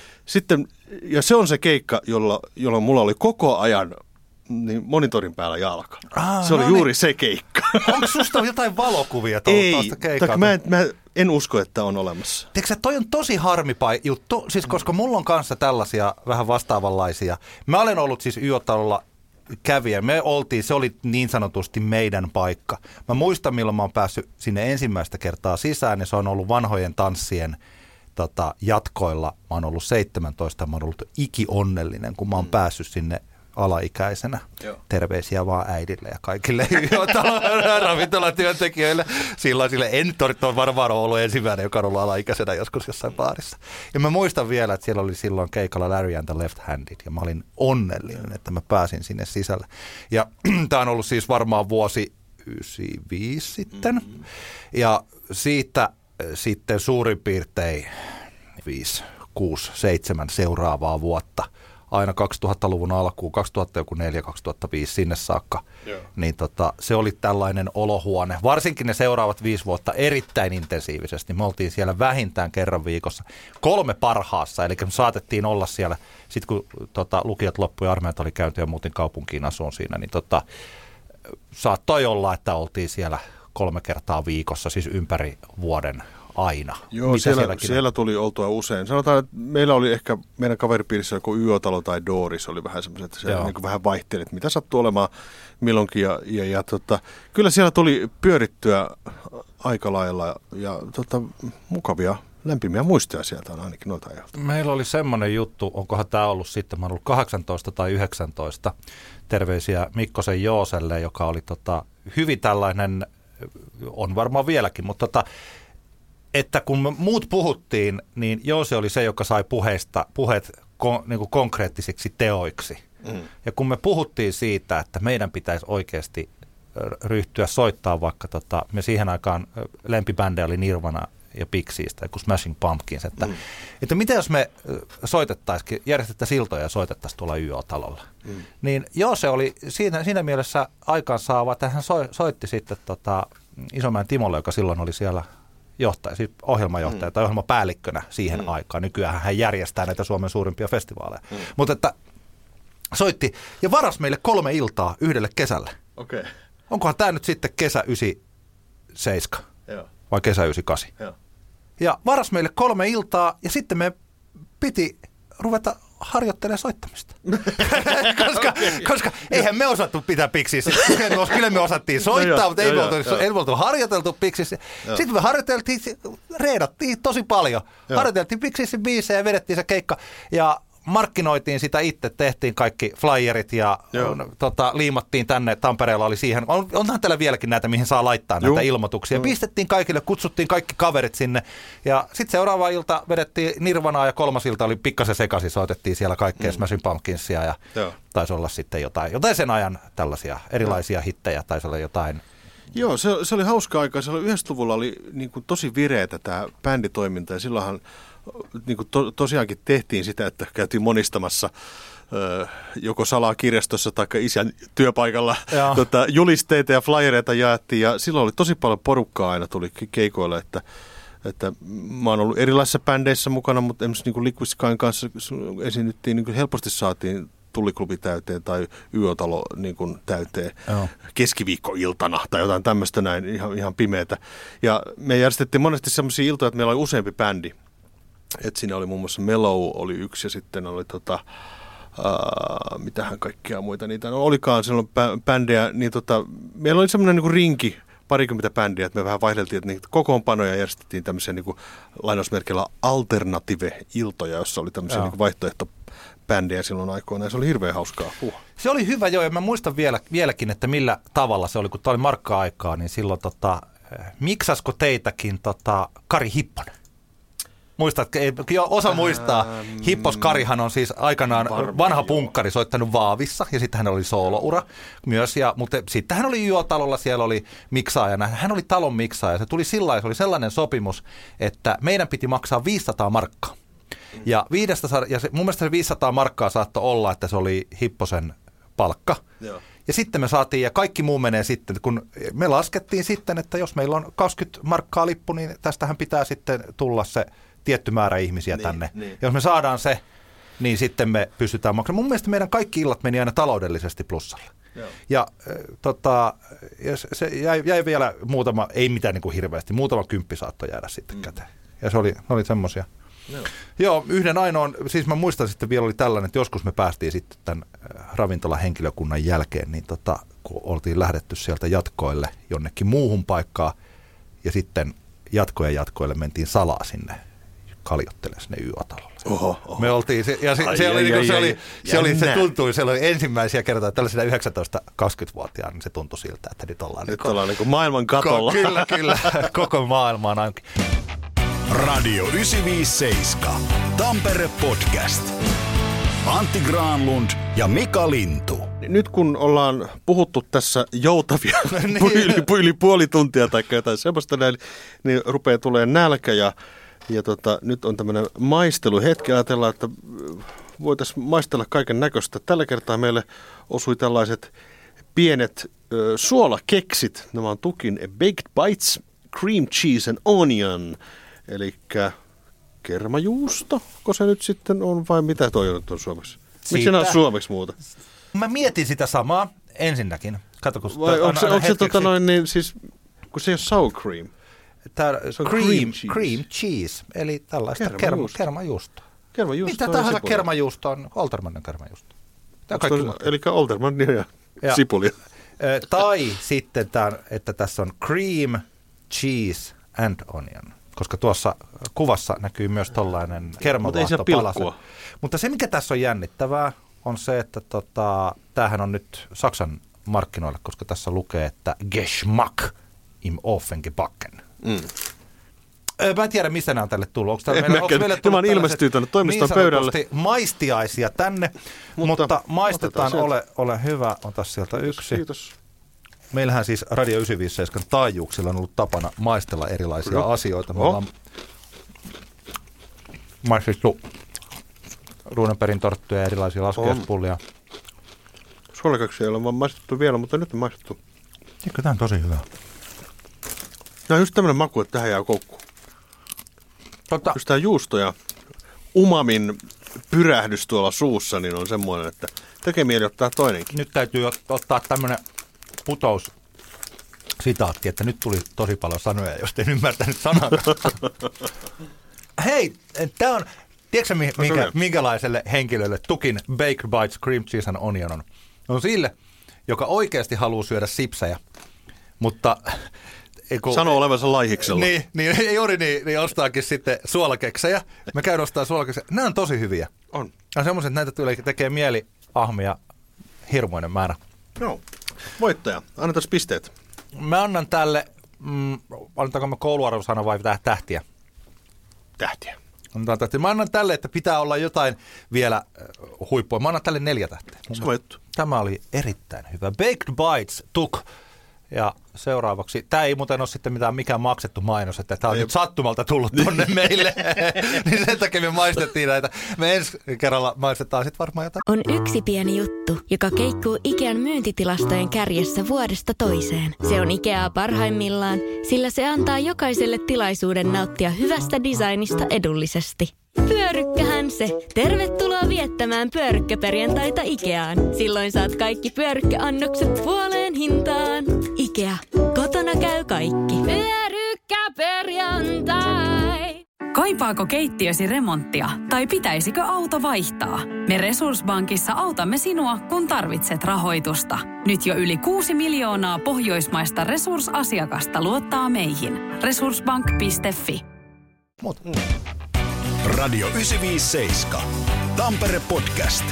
Ja se on se keikka, jolla mulla oli koko ajan niin monitorin päällä jalka. Se oli juuri se keikka. Onko susta jotain valokuvia tuosta keikalta? Mä en usko, että on olemassa. Tiedätkö, toi on tosi juttu, siis koska mulla on kanssa tällaisia vähän vastaavanlaisia. Mä olen ollut siis YÖ-talolla kävijä. Se oli niin sanotusti meidän paikka. Mä muistan, milloin mä oon päässyt sinne ensimmäistä kertaa sisään, ja se on ollut vanhojen tanssien jatkoilla. Mä oon ollut 17, mä oon ollut ikionnellinen, kun mä oon päässyt sinne alaikäisenä. Joo. Terveisiä vaan äidille ja kaikille ravintolatyöntekijöille. Silloin sille on varmaan ollut ensimmäinen, joka on ollut alaikäisenä joskus jossain baarissa. Ja mä muistan vielä, että siellä oli silloin keikalla Larry and the Left-Handed, ja mä olin onnellinen, että mä pääsin sinne sisälle. Ja tää on ollut siis varmaan vuosi 95 sitten. Ja siitä sitten suurin piirtein 5, 6, 7 seuraavaa vuotta, aina 2000-luvun alkuun, 2004, 2005 sinne saakka, niin se oli tällainen olohuone. Varsinkin ne seuraavat 5 vuotta erittäin intensiivisesti. Me oltiin siellä vähintään kerran viikossa 3 parhaassa, eli me saatettiin olla siellä, sitten kun lukiot loppui ja armeijat oli käyty ja muutin kaupunkiin asuun siinä, niin saattoi olla, että oltiin siellä 3 kertaa viikossa, siis ympäri vuoden aina. Joo, siellä tuli oltua usein. Sanotaan, että meillä oli ehkä meidän kaveripiirissä joku YÖ-talo tai Doris oli vähän semmoiset, että se niin kuin vähän vaihteli, että mitä sattuu olemaan milloinkin. Ja kyllä siellä tuli pyörittyä aika lailla ja mukavia, lämpimiä muistoja sieltä on ainakin noita ajalta. Meillä oli semmoinen juttu, onkohan tämä ollut sitten, mä olen ollut 18 tai 19, terveisiä Mikkosen Jooselle, joka oli hyvin tällainen, on varmaan vieläkin, mutta että kun me muut puhuttiin, niin Joose oli se, joka sai puheet niin kuin konkreettisiksi teoiksi. Ja kun me puhuttiin siitä, että meidän pitäisi oikeasti ryhtyä soittaa vaikka, me siihen aikaan lempibändejä oli Nirvana ja Pixiistä, kuin Smashing Pumpkins, että mitä jos me soitettaisiin, järjestettäisiin iltoja ja soitettaisiin tuolla YÖ-talolla. Niin Joose oli siinä mielessä aikaansaava, että hän soitti sitten Isomäen Timolle, joka silloin oli siellä siis ohjelmajohtaja tai ohjelmapäällikkönä siihen aikaan. Nykyään hän järjestää näitä Suomen suurimpia festivaaleja. Mutta että soitti ja varasi meille 3 iltaa yhdelle kesälle. Okay. Onkohan tämä nyt sitten kesä 97 vai kesä 98? Joo. Ja varasi meille 3 iltaa ja sitten me piti ruveta harjoittelemaan soittamista. koska eihän me osattu pitää Pixissä. Kyllä me osattiin soittaa, mutta ei me oltu harjoiteltu Pixissä. Sitten me harjoiteltiin, reedattiin tosi paljon. Harjoiteltiin Pixissä biisejä ja vedettiin se keikka. Ja markkinoitiin sitä itse, tehtiin kaikki flyerit ja liimattiin tänne. Tampereella oli siihen. Onhan täällä vieläkin näitä, mihin saa laittaa näitä ilmoituksia. Pistettiin kaikille, kutsuttiin kaikki kaverit sinne. Ja sitten seuraava ilta vedettiin Nirvanaa ja 3. ilta oli pikkasen sekaisin. Soitettiin siellä kaikkea Smashing Pumpkinsia ja taisi olla sitten jotain sen ajan tällaisia erilaisia hittejä. Taisi olla jotain. Joo, se oli hauska aika. Se oli 90-luvulla oli niin kuin tosi vireetä tämä bänditoiminta ja silloinhan niin kuin tosiaankin tehtiin sitä, että käytiin monistamassa joko salaa kirjastossa tai isän työpaikalla julisteita ja flyereita jaettiin ja silloin oli tosi paljon porukkaa aina tuli keikoille, että mä oon ollut erilaisissa bändeissä mukana, mutta esimerkiksi niin kuin Liquid Skyn kanssa esiinnyttiin, niin kuin helposti saatiin Tulliklubi täyteen tai YÖ-talo niin kuin täyteen keskiviikkoiltana tai jotain tämmöistä näin ihan pimeätä. Ja me järjestettiin monesti semmoisia iltoja, että meillä oli useampi bändi. Et siinä oli muun muassa Mellow oli yksi ja sitten oli mitähän kaikkia muita niitä olikaan silloin bändejä. Niin meillä oli semmoinen niin kuin rinki parikymmentä bändiä, että me vähän vaihdeltiin, että niitä kokoonpanoja järjestettiin tämmöisiä niin kuin lainausmerkillä alternative-iltoja, jossa oli tämmöisiä niin kuin vaihtoehtobändejä silloin aikoina, ja se oli hirveän hauskaa. Se oli hyvä, joo, ja mä muistan vieläkin, että millä tavalla se oli, kun tämä oli markka-aikaa, niin silloin miksasko teitäkin Kari Hipponen? Muistatko? Osa muistaa. Hippos Karihan on siis aikanaan vanha punkkari soittanut Vaavissa, ja sitten hän oli sooloura myös. Mutta sitten hän oli Yötalolla, siellä oli miksaajana. Hän oli talon miksaaja. Se tuli sillä lailla, se oli sellainen sopimus, että meidän piti maksaa 500 markkaa. Ja mun mielestä se 500 markkaa saattoi olla, että se oli Hipposen palkka. Joo. Ja sitten me saatiin, ja kaikki muu menee sitten, kun me laskettiin sitten, että jos meillä on 20 markkaa lippu, niin tästähän pitää sitten tulla se tietty määrä ihmisiä tänne. Niin. Jos me saadaan se, niin sitten me pystytään maksamaan. Mun mielestä meidän kaikki illat meni aina taloudellisesti plussalle. Joo. Ja se jäi vielä muutama, ei mitään niin kuin hirveästi, muutama kymppi saattoi jäädä sitten käteen. Ja se oli semmoisia. Joo, yhden ainoan, siis mä muistan sitten vielä oli tällainen, että joskus me päästiin sitten tämän ravintolahenkilökunnan jälkeen, niin kun oltiin lähdetty sieltä jatkoille jonnekin muuhun paikkaan, ja sitten jatkoille mentiin salaa sinne kaljottelemaan sinne Yötalolle. Me oltiin, se tuntui, se oli ensimmäisiä kertoja tällaisena 19-20-vuotiaana, niin se tuntui siltä, että nyt ollaan niin kuin maailman katolla. Kyllä, koko maailma on ainakin. Radio 957. Tampere Podcast. Antti Granlund ja Mika Lintu. Nyt kun ollaan puhuttu tässä joutavia yli puoli tuntia tai jotain semmoista, niin rupeaa tulemaan nälkä ja nyt on tämmöinen maisteluhetki. Ajatellaan, että voitaisiin maistella kaiken näköistä. Tällä kertaa meille osui tällaiset pienet suolakeksit. Nämä on Tukin Baked Bites, Cream Cheese and Onion. Eli kermajuusto, kun se nyt sitten on, vai mitä toi on suomeksi? Miksi se on suomeksi muuta? Mä mietin sitä samaa ensinnäkin. Kato, kun onko se niin siis, kun se ei ole sour cream? Se on cream cheese, eli tällaista kermajuustoa. Mitä tahansa kermajuusto on, Oltermannin kermajuusto. Eli Oltermannia ja sipulia. Tai sitten, että tässä on cream, cheese and onion. Koska tuossa kuvassa näkyy myös tollainen kermavaahtopalase. Mutta se, mikä tässä on jännittävää, on se, että tämähän on nyt Saksan markkinoilla, koska tässä lukee, että Geschmack im Offengebacken. Mä en tiedä, missä nämä on tälle tullut. Tämä on ilmestyy tuonne toimiston pöydälle. Niin maistiaisia tänne, mutta maistetaan, ole hyvä, ota sieltä yksi. Kiitos. Meillähän siis Radio 957 taajuuksilla on ollut tapana maistella erilaisia asioita. Me ollaan maistettu Runebergin torttuja ja erilaisia laskiaispullia. Suolakaksia ei ole vaan maistettu vielä, mutta nyt on maistettu. Eikö tämä on tosi hyvä? Tämä on just tämmöinen maku, että tähän jää koukkuun. Just tämä juusto ja umamin pyrähdys tuolla suussa, niin on semmoinen, että tekee mieli ottaa toinenkin. Nyt täytyy ottaa tämmöinen sitaatti, että nyt tuli tosi paljon sanoja, jos en ymmärtänyt sanaa. Hei, tämä on, tiedätkö minkälaiselle henkilölle Tukin Baked Bites Cream Cheese and Onion on? On sille, joka oikeasti haluaa syödä sipsejä, mutta sanoo olevansa laihiksella. Niin juuri niin ostaakin sitten suolakeksejä. Mä käyn ostaa suolakeksejä. Nämä on tosi hyviä. On semmoiset, että näitä tekee mieli ahmia hirmuinen määrä. No, voittaja. Annetaan pisteet. Mä annan tälle, annetaanko me kouluarvosana vai tähtiä? Tähtiä. Mä annan tälle, että pitää olla jotain vielä huippua. Mä annan tälle 4 tähteä. Tämä oli erittäin hyvä. Baked Bites Tuk. Ja seuraavaksi, tämä ei muuten ole sitten mikään maksettu mainos, että tämä on nyt sattumalta tullut tonne meille, niin sen takia me maistettiin näitä. Me ensi kerralla maistetaan sitten varmaan jotain. On yksi pieni juttu, joka keikkuu Ikean myyntitilastojen kärjessä vuodesta toiseen. Se on Ikeaa parhaimmillaan, sillä se antaa jokaiselle tilaisuuden nauttia hyvästä designista edullisesti. Pyörykkähän se. Tervetuloa viettämään pyörykkäperjantaita Ikeaan. Silloin saat kaikki pyörykkäannokset puoleen hintaan. Ikea. Kotona käy kaikki. Pyörykkäperjantai. Kaipaako keittiösi remonttia tai pitäisikö auto vaihtaa? Me Resurssbankissa autamme sinua, kun tarvitset rahoitusta. Nyt jo yli 6 miljoonaa pohjoismaista resursasiakasta luottaa meihin. Resurssbank.fi. Radio 957. Tampere Podcast.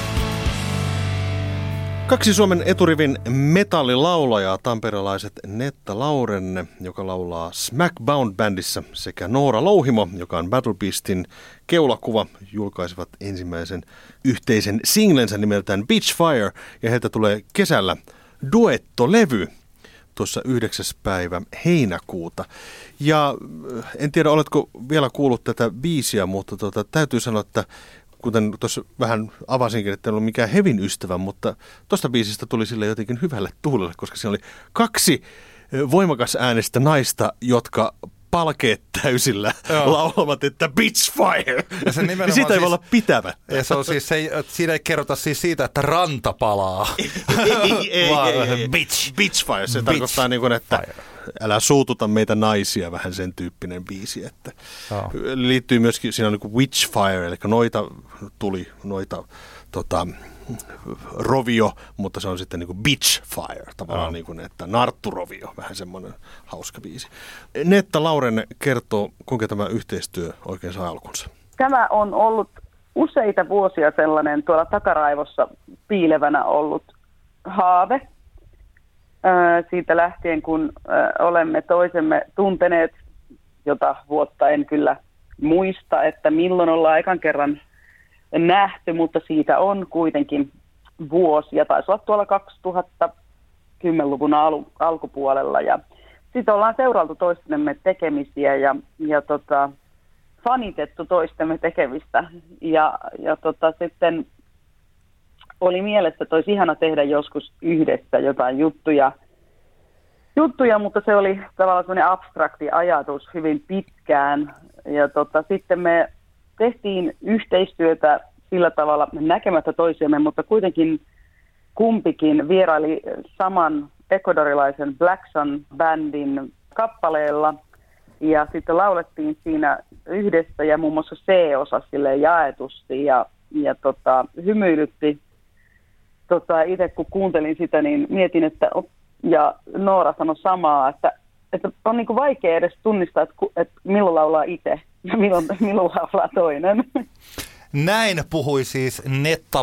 2 Suomen eturivin metallilaulajaa, tamperelaiset Netta Laurenne, joka laulaa Smackbound-bändissä, sekä Noora Louhimo, joka on Battle Beastin keulakuva, julkaisivat ensimmäisen yhteisen singlensä nimeltään Beach Fire, ja heiltä tulee kesällä duettolevy tuossa 9. päivä heinäkuuta. Ja en tiedä, oletko vielä kuullut tätä biisiä, mutta täytyy sanoa, että kuten tuossa vähän avasinkin, että en ollut mikään hevin ystävä, mutta tuosta biisistä tuli sille jotenkin hyvälle tuulelle, koska siinä oli 2 voimakas äänestä naista, jotka palkeet täysillä laulavat, että Beach Fire. Ja se niin siitä ei voi olla pitävä. Ja se on siis, siinä ei kerrota siis siitä, että ranta palaa. Ei. Beach Fire. Se tarkoittaa niin kuin, että älä suututa meitä naisia, vähän sen tyyppinen biisi. Että liittyy myöskin, siinä on niin kuin Witch Fire, eli noita rovio, mutta se on sitten niin kuin Bitch Fire, tavallaan niin kuin, että nartturovio, vähän semmoinen hauska biisi. Netta Laurenne kertoo, kuinka tämä yhteistyö oikein saa alkunsa. Tämä on ollut useita vuosia sellainen tuolla takaraivossa piilevänä ollut haave. Siitä lähtien, kun olemme toisemme tunteneet, jota vuotta en kyllä muista, että milloin ollaan ekan kerran nähty, mutta siitä on kuitenkin vuosia, taisi olla tuolla 2010-luvun alkupuolella, ja sitten ollaan seurailtu toistemme tekemisiä ja fanitettu toistemme tekemistä, ja sitten oli mielessä, että olisi ihana tehdä joskus yhdessä jotain juttuja, mutta se oli tavallaan sellainen abstrakti ajatus hyvin pitkään, ja sitten me tehtiin yhteistyötä sillä tavalla näkemättä toisiamme, mutta kuitenkin kumpikin vieraili saman ecuadorilaisen Black Sun-bändin kappaleella, ja sitten laulettiin siinä yhdessä ja muun muassa C-osa silleen jaetusti ja hymyilytti. Itse kun kuuntelin sitä, niin mietin, että ja Noora sanoi samaa, että on niin kuin vaikea edes tunnistaa, että milloin laulaa itse ja milloin laulaa toinen. Näin puhui siis Netta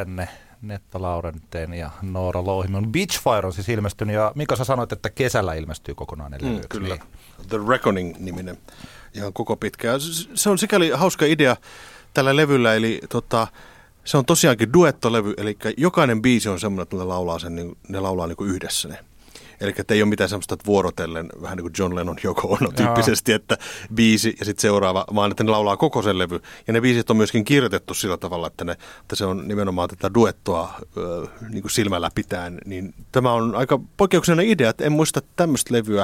Laurenteen ja Noora Louhimon. Beach Fire on siis ilmestynyt, ja Mika, sä sanoit, että kesällä ilmestyy kokonainen levy. Kyllä, The Reckoning-niminen, ihan koko pitkä. Se on sikäli hauska idea tällä levyllä, eli se on tosiaankin duettolevy, eli jokainen biisi on semmoinen, että ne laulaa niin kuin yhdessä ne. Eli ei ole mitään semmoista, että vuorotellen, vähän niin kuin John Lennon Yoko Ono tyyppisesti, että biisi ja sitten seuraava, vaan että ne laulaa koko sen levy. Ja ne biisit on myöskin kirjoitettu sillä tavalla, että se on nimenomaan tätä duettoa niin kuin silmällä pitäen. Niin tämä on aika poikkeuksellinen idea, että en muista tämmöistä levyä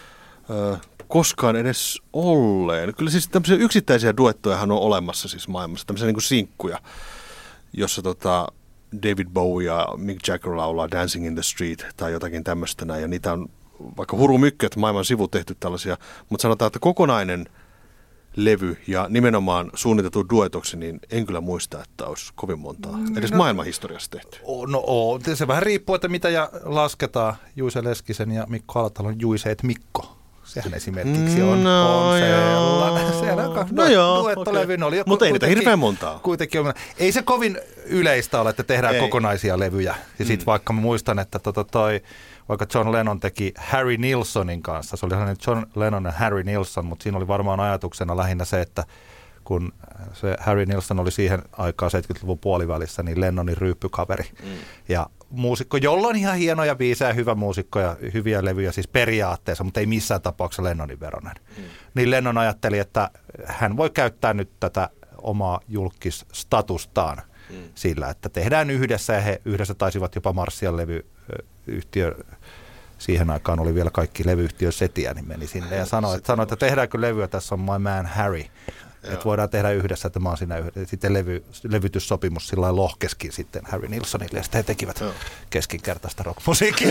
koskaan edes olleen. Kyllä siis tämmöisiä yksittäisiä duettojahan on olemassa siis maailmassa, tämmöisiä niin kuin sinkkuja, jossa David Bowie ja Mick Jagger laulaa Dancing in the Street tai jotakin tämmöistä näin. Ja niitä on vaikka hurumykköt maailman sivu tehty tällaisia, mutta sanotaan, että kokonainen levy ja nimenomaan suunniteltu duetoksi, niin en kyllä muista, että olisi kovin montaa edes maailmanhistoriassa tehty. Se vähän riippuu, että mitä lasketaan Juise Leskisen ja Mikko Alatalon Juiseet Mikko. Sehän esimerkiksi on sellainen. Sehän on duettolevy. Okay. Mutta ei niitä hirveän montaa. Ei se kovin yleistä ole, että tehdään kokonaisia levyjä. Ja sitten vaikka mä muistan, että vaikka John Lennon teki Harry Nilssonin kanssa. Se oli hänen John Lennon ja Harry Nilsson, mutta siinä oli varmaan ajatuksena lähinnä se, että kun se Harry Nilsson oli siihen aikaan 70-luvun puolivälissä, niin Lennonin ryyppykaveri. Ja muusikko, jolla on ihan hienoja biisejä, hyvä muusikko ja hyviä levyjä siis periaatteessa, mutta ei missään tapauksessa Lennonin veronen. Niin Lennon ajatteli, että hän voi käyttää nyt tätä omaa julkisstatustaan sillä, että tehdään yhdessä, ja he yhdessä taisivat jopa Marsian levyyhtiö, siihen aikaan oli vielä kaikki levyyhtiö setiä, niin meni sinne ja sanoi, että tehdäänkö levyä, tässä on my man Harry. että voidaan tehdä yhdessä, että mä oon siinä yhdessä. Sitten levytyssopimus sillä lailla lohkeskin sitten Harry Nilssonille, ja sitten he tekivät keskinkertaista rockmusiikkia.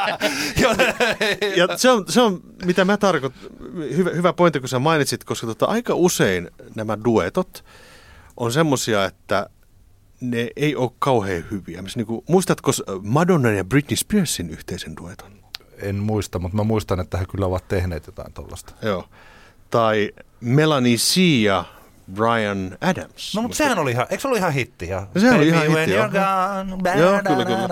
Ja se on, mitä mä tarkoitan, hyvä pointti, kun sä mainitsit, koska aika usein nämä duetot on semmosia, että ne ei ole kauhean hyviä. Muistatko Madonna ja Britney Spearsin yhteisen dueton? En muista, mutta mä muistan, että he kyllä ovat tehneet jotain tollaista. Joo. Tai Melanie C. ja Bryan Adams. No, mutta sehän oli ihan, eikö se ollut ihan hitti? No, sehän oli ihan hitti, joo. Joo, kyllä.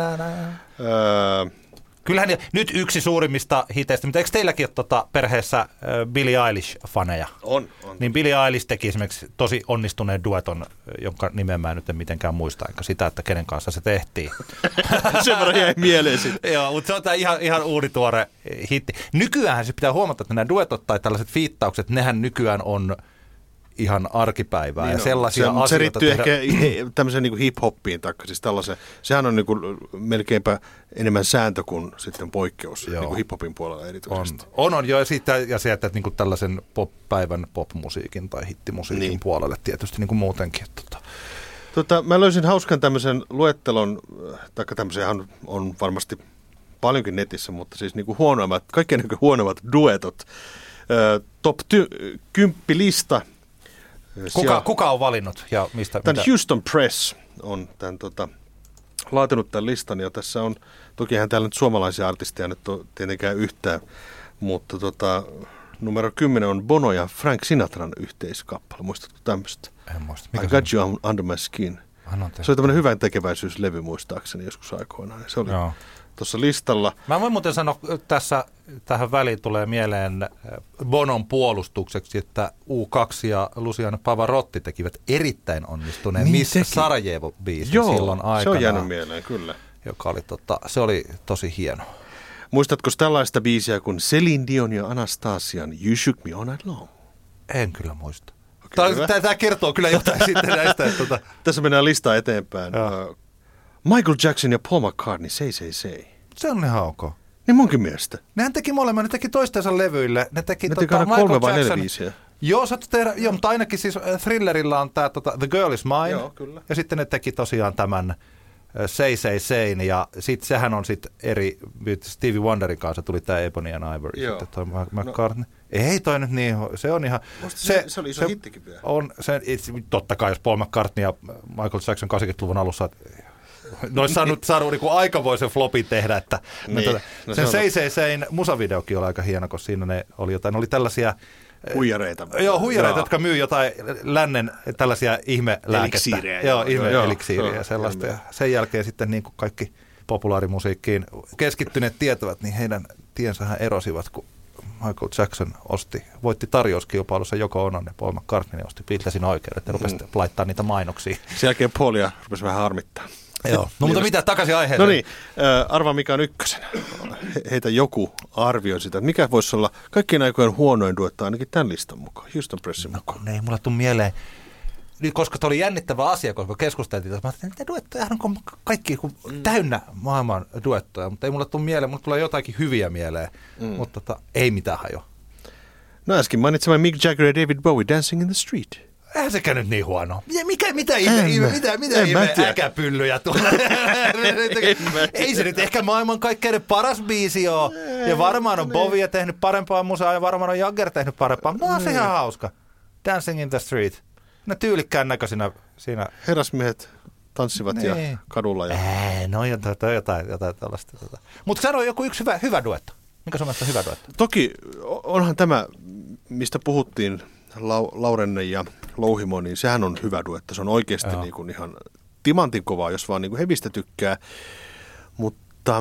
Kyllähän nyt yksi suurimmista hiteistä, mutta eikö teilläkin ole perheessä Billie Eilish-faneja? On. Niin Billie Eilish teki esimerkiksi tosi onnistuneen dueton, jonka nimen mä nyt en mitenkään muista, enkä sitä, että kenen kanssa se tehtiin. Sen verran jäi mieleen sitten. Joo, mutta se on tämä ihan uudituore hitti. Nykyäänhän se pitää huomata, että nämä duetot tai tällaiset fiittaukset, nehän nykyään on ihan arkipäivää. Niin ja sellaisia asioita se riittyy ehkä tämmöiseen niin kuin hip-hoppiin, taikka siis tällaisen. Sehän on niin kuin melkeinpä enemmän sääntö kuin sitten poikkeus niin kuin hip-hopin puolella erityisesti. On jo, ja se, että niin kuin tällaisen päivän popmusiikin tai hittimusiikin puolelle tietysti niin kuin muutenkin. Mä löysin hauskan tämmöisen luettelon, taikka tämmöisiä on varmasti paljonkin netissä, mutta siis niin kuin kaikkein niin kuin huonoimmat duetot. Top 10 lista. Kuka on valinnut ja mistä? Tämän Houston Press on laatinut tämän listan, ja tässä on, tokihan täällä nyt suomalaisia artisteja nyt on tietenkään yhtään, mutta numero 10 on Bono ja Frank Sinatran yhteiskappale. Muistatko tämmöistä? En muista. I Got You Under My Skin. Se oli tämmöinen hyvän tekeväisyyslevy muistaakseni joskus aikoinaan. Se oli tuossa listalla. Mä voin muuten sanoa, tähän väliin tulee mieleen Bonon puolustukseksi, että U2 ja Luciano Pavarotti tekivät erittäin onnistuneen Miss Sarajevo-biisin silloin aikanaan. Se on jäänyt mieleen, kyllä. Joka oli se oli tosi hieno. Muistatko tällaista biisiä kuin Celine Dion ja Anastasian You Shook Me All Night Long? En kyllä muista. Tämä kertoo kyllä jotain sitten näistä. Tässä mennään listaa eteenpäin. Michael Jackson ja Paul McCartney, Say. Se on ihan ok. Niin munkin mielestä. Nehän teki molemmat, ne teki toistensa levyille. Ne teki Michael 3 vai 4 biisiä. Joo, mutta ainakin siis Thrillerillä on tämä The Girl Is Mine. Joo, kyllä. Ja sitten ne teki tosiaan tämän Say, ja sitten sehän on sitten eri, Stevie Wonderin kanssa tuli tämä Ebony and Ivory, joo. sitten toi McCartney. Ei toi nyt niin, se on ihan... Se oli iso hittikin vielä. Totta kai, jos Paul McCartney ja Michael Jackson 80-luvun alussa... Ne olisi saanut niin aikamoisen flopin tehdä, että sen Say'n musavideokin oli aika hieno, koska siinä ne oli tällaisia... Huijareita. Joo, huijareita, jotka myy jotain lännen tällaisia ihmelääkettä. Eliksiiriä ja sellaista. Ja sen jälkeen sitten niin kuin kaikki populaarimusiikkiin keskittyneet tietävät, niin heidän tiensähän erosivat, kun Michael Jackson voitti tarjouskilpailussa Yoko Onon ja Paul McCartney osti Beatlesin oikeudet ja rupesi laittaa niitä mainoksia. Sen jälkeen Paulia rupesi vähän harmittaa. Joo, no mutta mitä, takaisin aiheeseen. No niin, arvaa mikä on ykkösen. Heitä joku arvioi sitä, mikä voisi olla kaikkien aikojen huonoin duetta ainakin tämän listan mukaan, Houston Pressin mukaan. No ei mulla tule mieleen, koska tämä oli jännittävä asia, koska keskusteltiin, että mä ajattelin, että duettoja on kaikki täynnä maailman duettoja, mutta ei mulla tule mieleen, mulla tulee jotakin hyviä mieleen, mutta ei mitään hajoa. No äsken mainitsemään Mick Jagger ja David Bowie, Dancing in the Street. Eihän sekään nyt niin huono. Mitä ihme äkäpyllyjä tulee? Ei se nyt ehkä maailmankaikkeuden paras biisi ole. Ja varmaan on Bowie tehnyt parempaa musaa ja varmaan on Jagger tehnyt parempaa. Mutta on se ihan hauska. Dancing in the Street. Ne tyylikkään näköisinä siinä. Herrasmiehet tanssivat ja kadulla. Ja... No jotain tällaista. Mutta sano joku yksi hyvä duetto. Mikä sun mielestä on hyvä duetto? Toki onhan tämä, mistä puhuttiin, Laurenne ja Louhimo, niin sehän on hyvä duetto. Se on oikeasti niin kuin ihan timantin kovaa, jos vaan niin kuin hevistä tykkää. Mutta...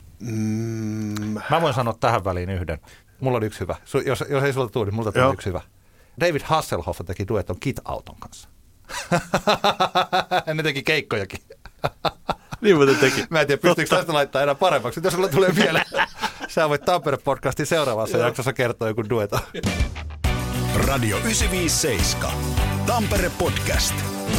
Mä voin sanoa tähän väliin yhden. Mulla on yksi hyvä. Jos ei sulla tule, niin multa tuli yksi hyvä. David Hasselhoff teki dueton Kit Auton kanssa. Ne teki keikkojakin. Niin muuten teki. Mä en tiedä, pystyykö tästä laittaa enää paremmaksi. Jos sulla tulee vielä, sä voit Tampere-podcastin seuraavassa jaksossa kertoa joku dueto. Radio 957. Tampere Podcast.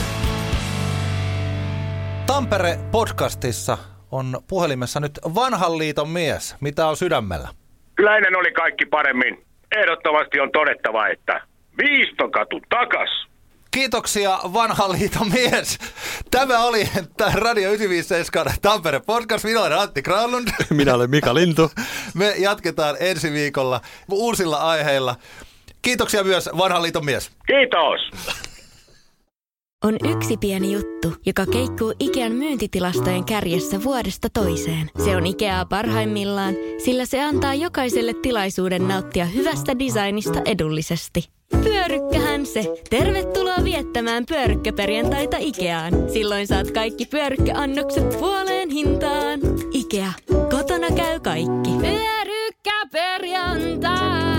Tampere-podcastissa on puhelimessa nyt vanhan liiton mies. Mitä on sydämellä? Kyllä ennen oli kaikki paremmin. Ehdottomasti on todettava, että Viistokatu takas. Kiitoksia, vanhan liiton mies. Tämä oli Radio 957 Tampere podcast. Minä olen Antti Granlund. Minä olen Mika Lintu. Me jatketaan ensi viikolla uusilla aiheilla. Kiitoksia myös, vanhan liiton mies. Kiitos. On yksi pieni juttu, joka keikkuu Ikean myyntitilastojen kärjessä vuodesta toiseen. Se on Ikeaa parhaimmillaan, sillä se antaa jokaiselle tilaisuuden nauttia hyvästä designista edullisesti. Pyörykkähän se. Tervetuloa viettämään pyörykkäperjantaita Ikeaan. Silloin saat kaikki pyörykkäannokset puoleen hintaan. Ikea. Kotona käy kaikki. Pyörykkäperjantai.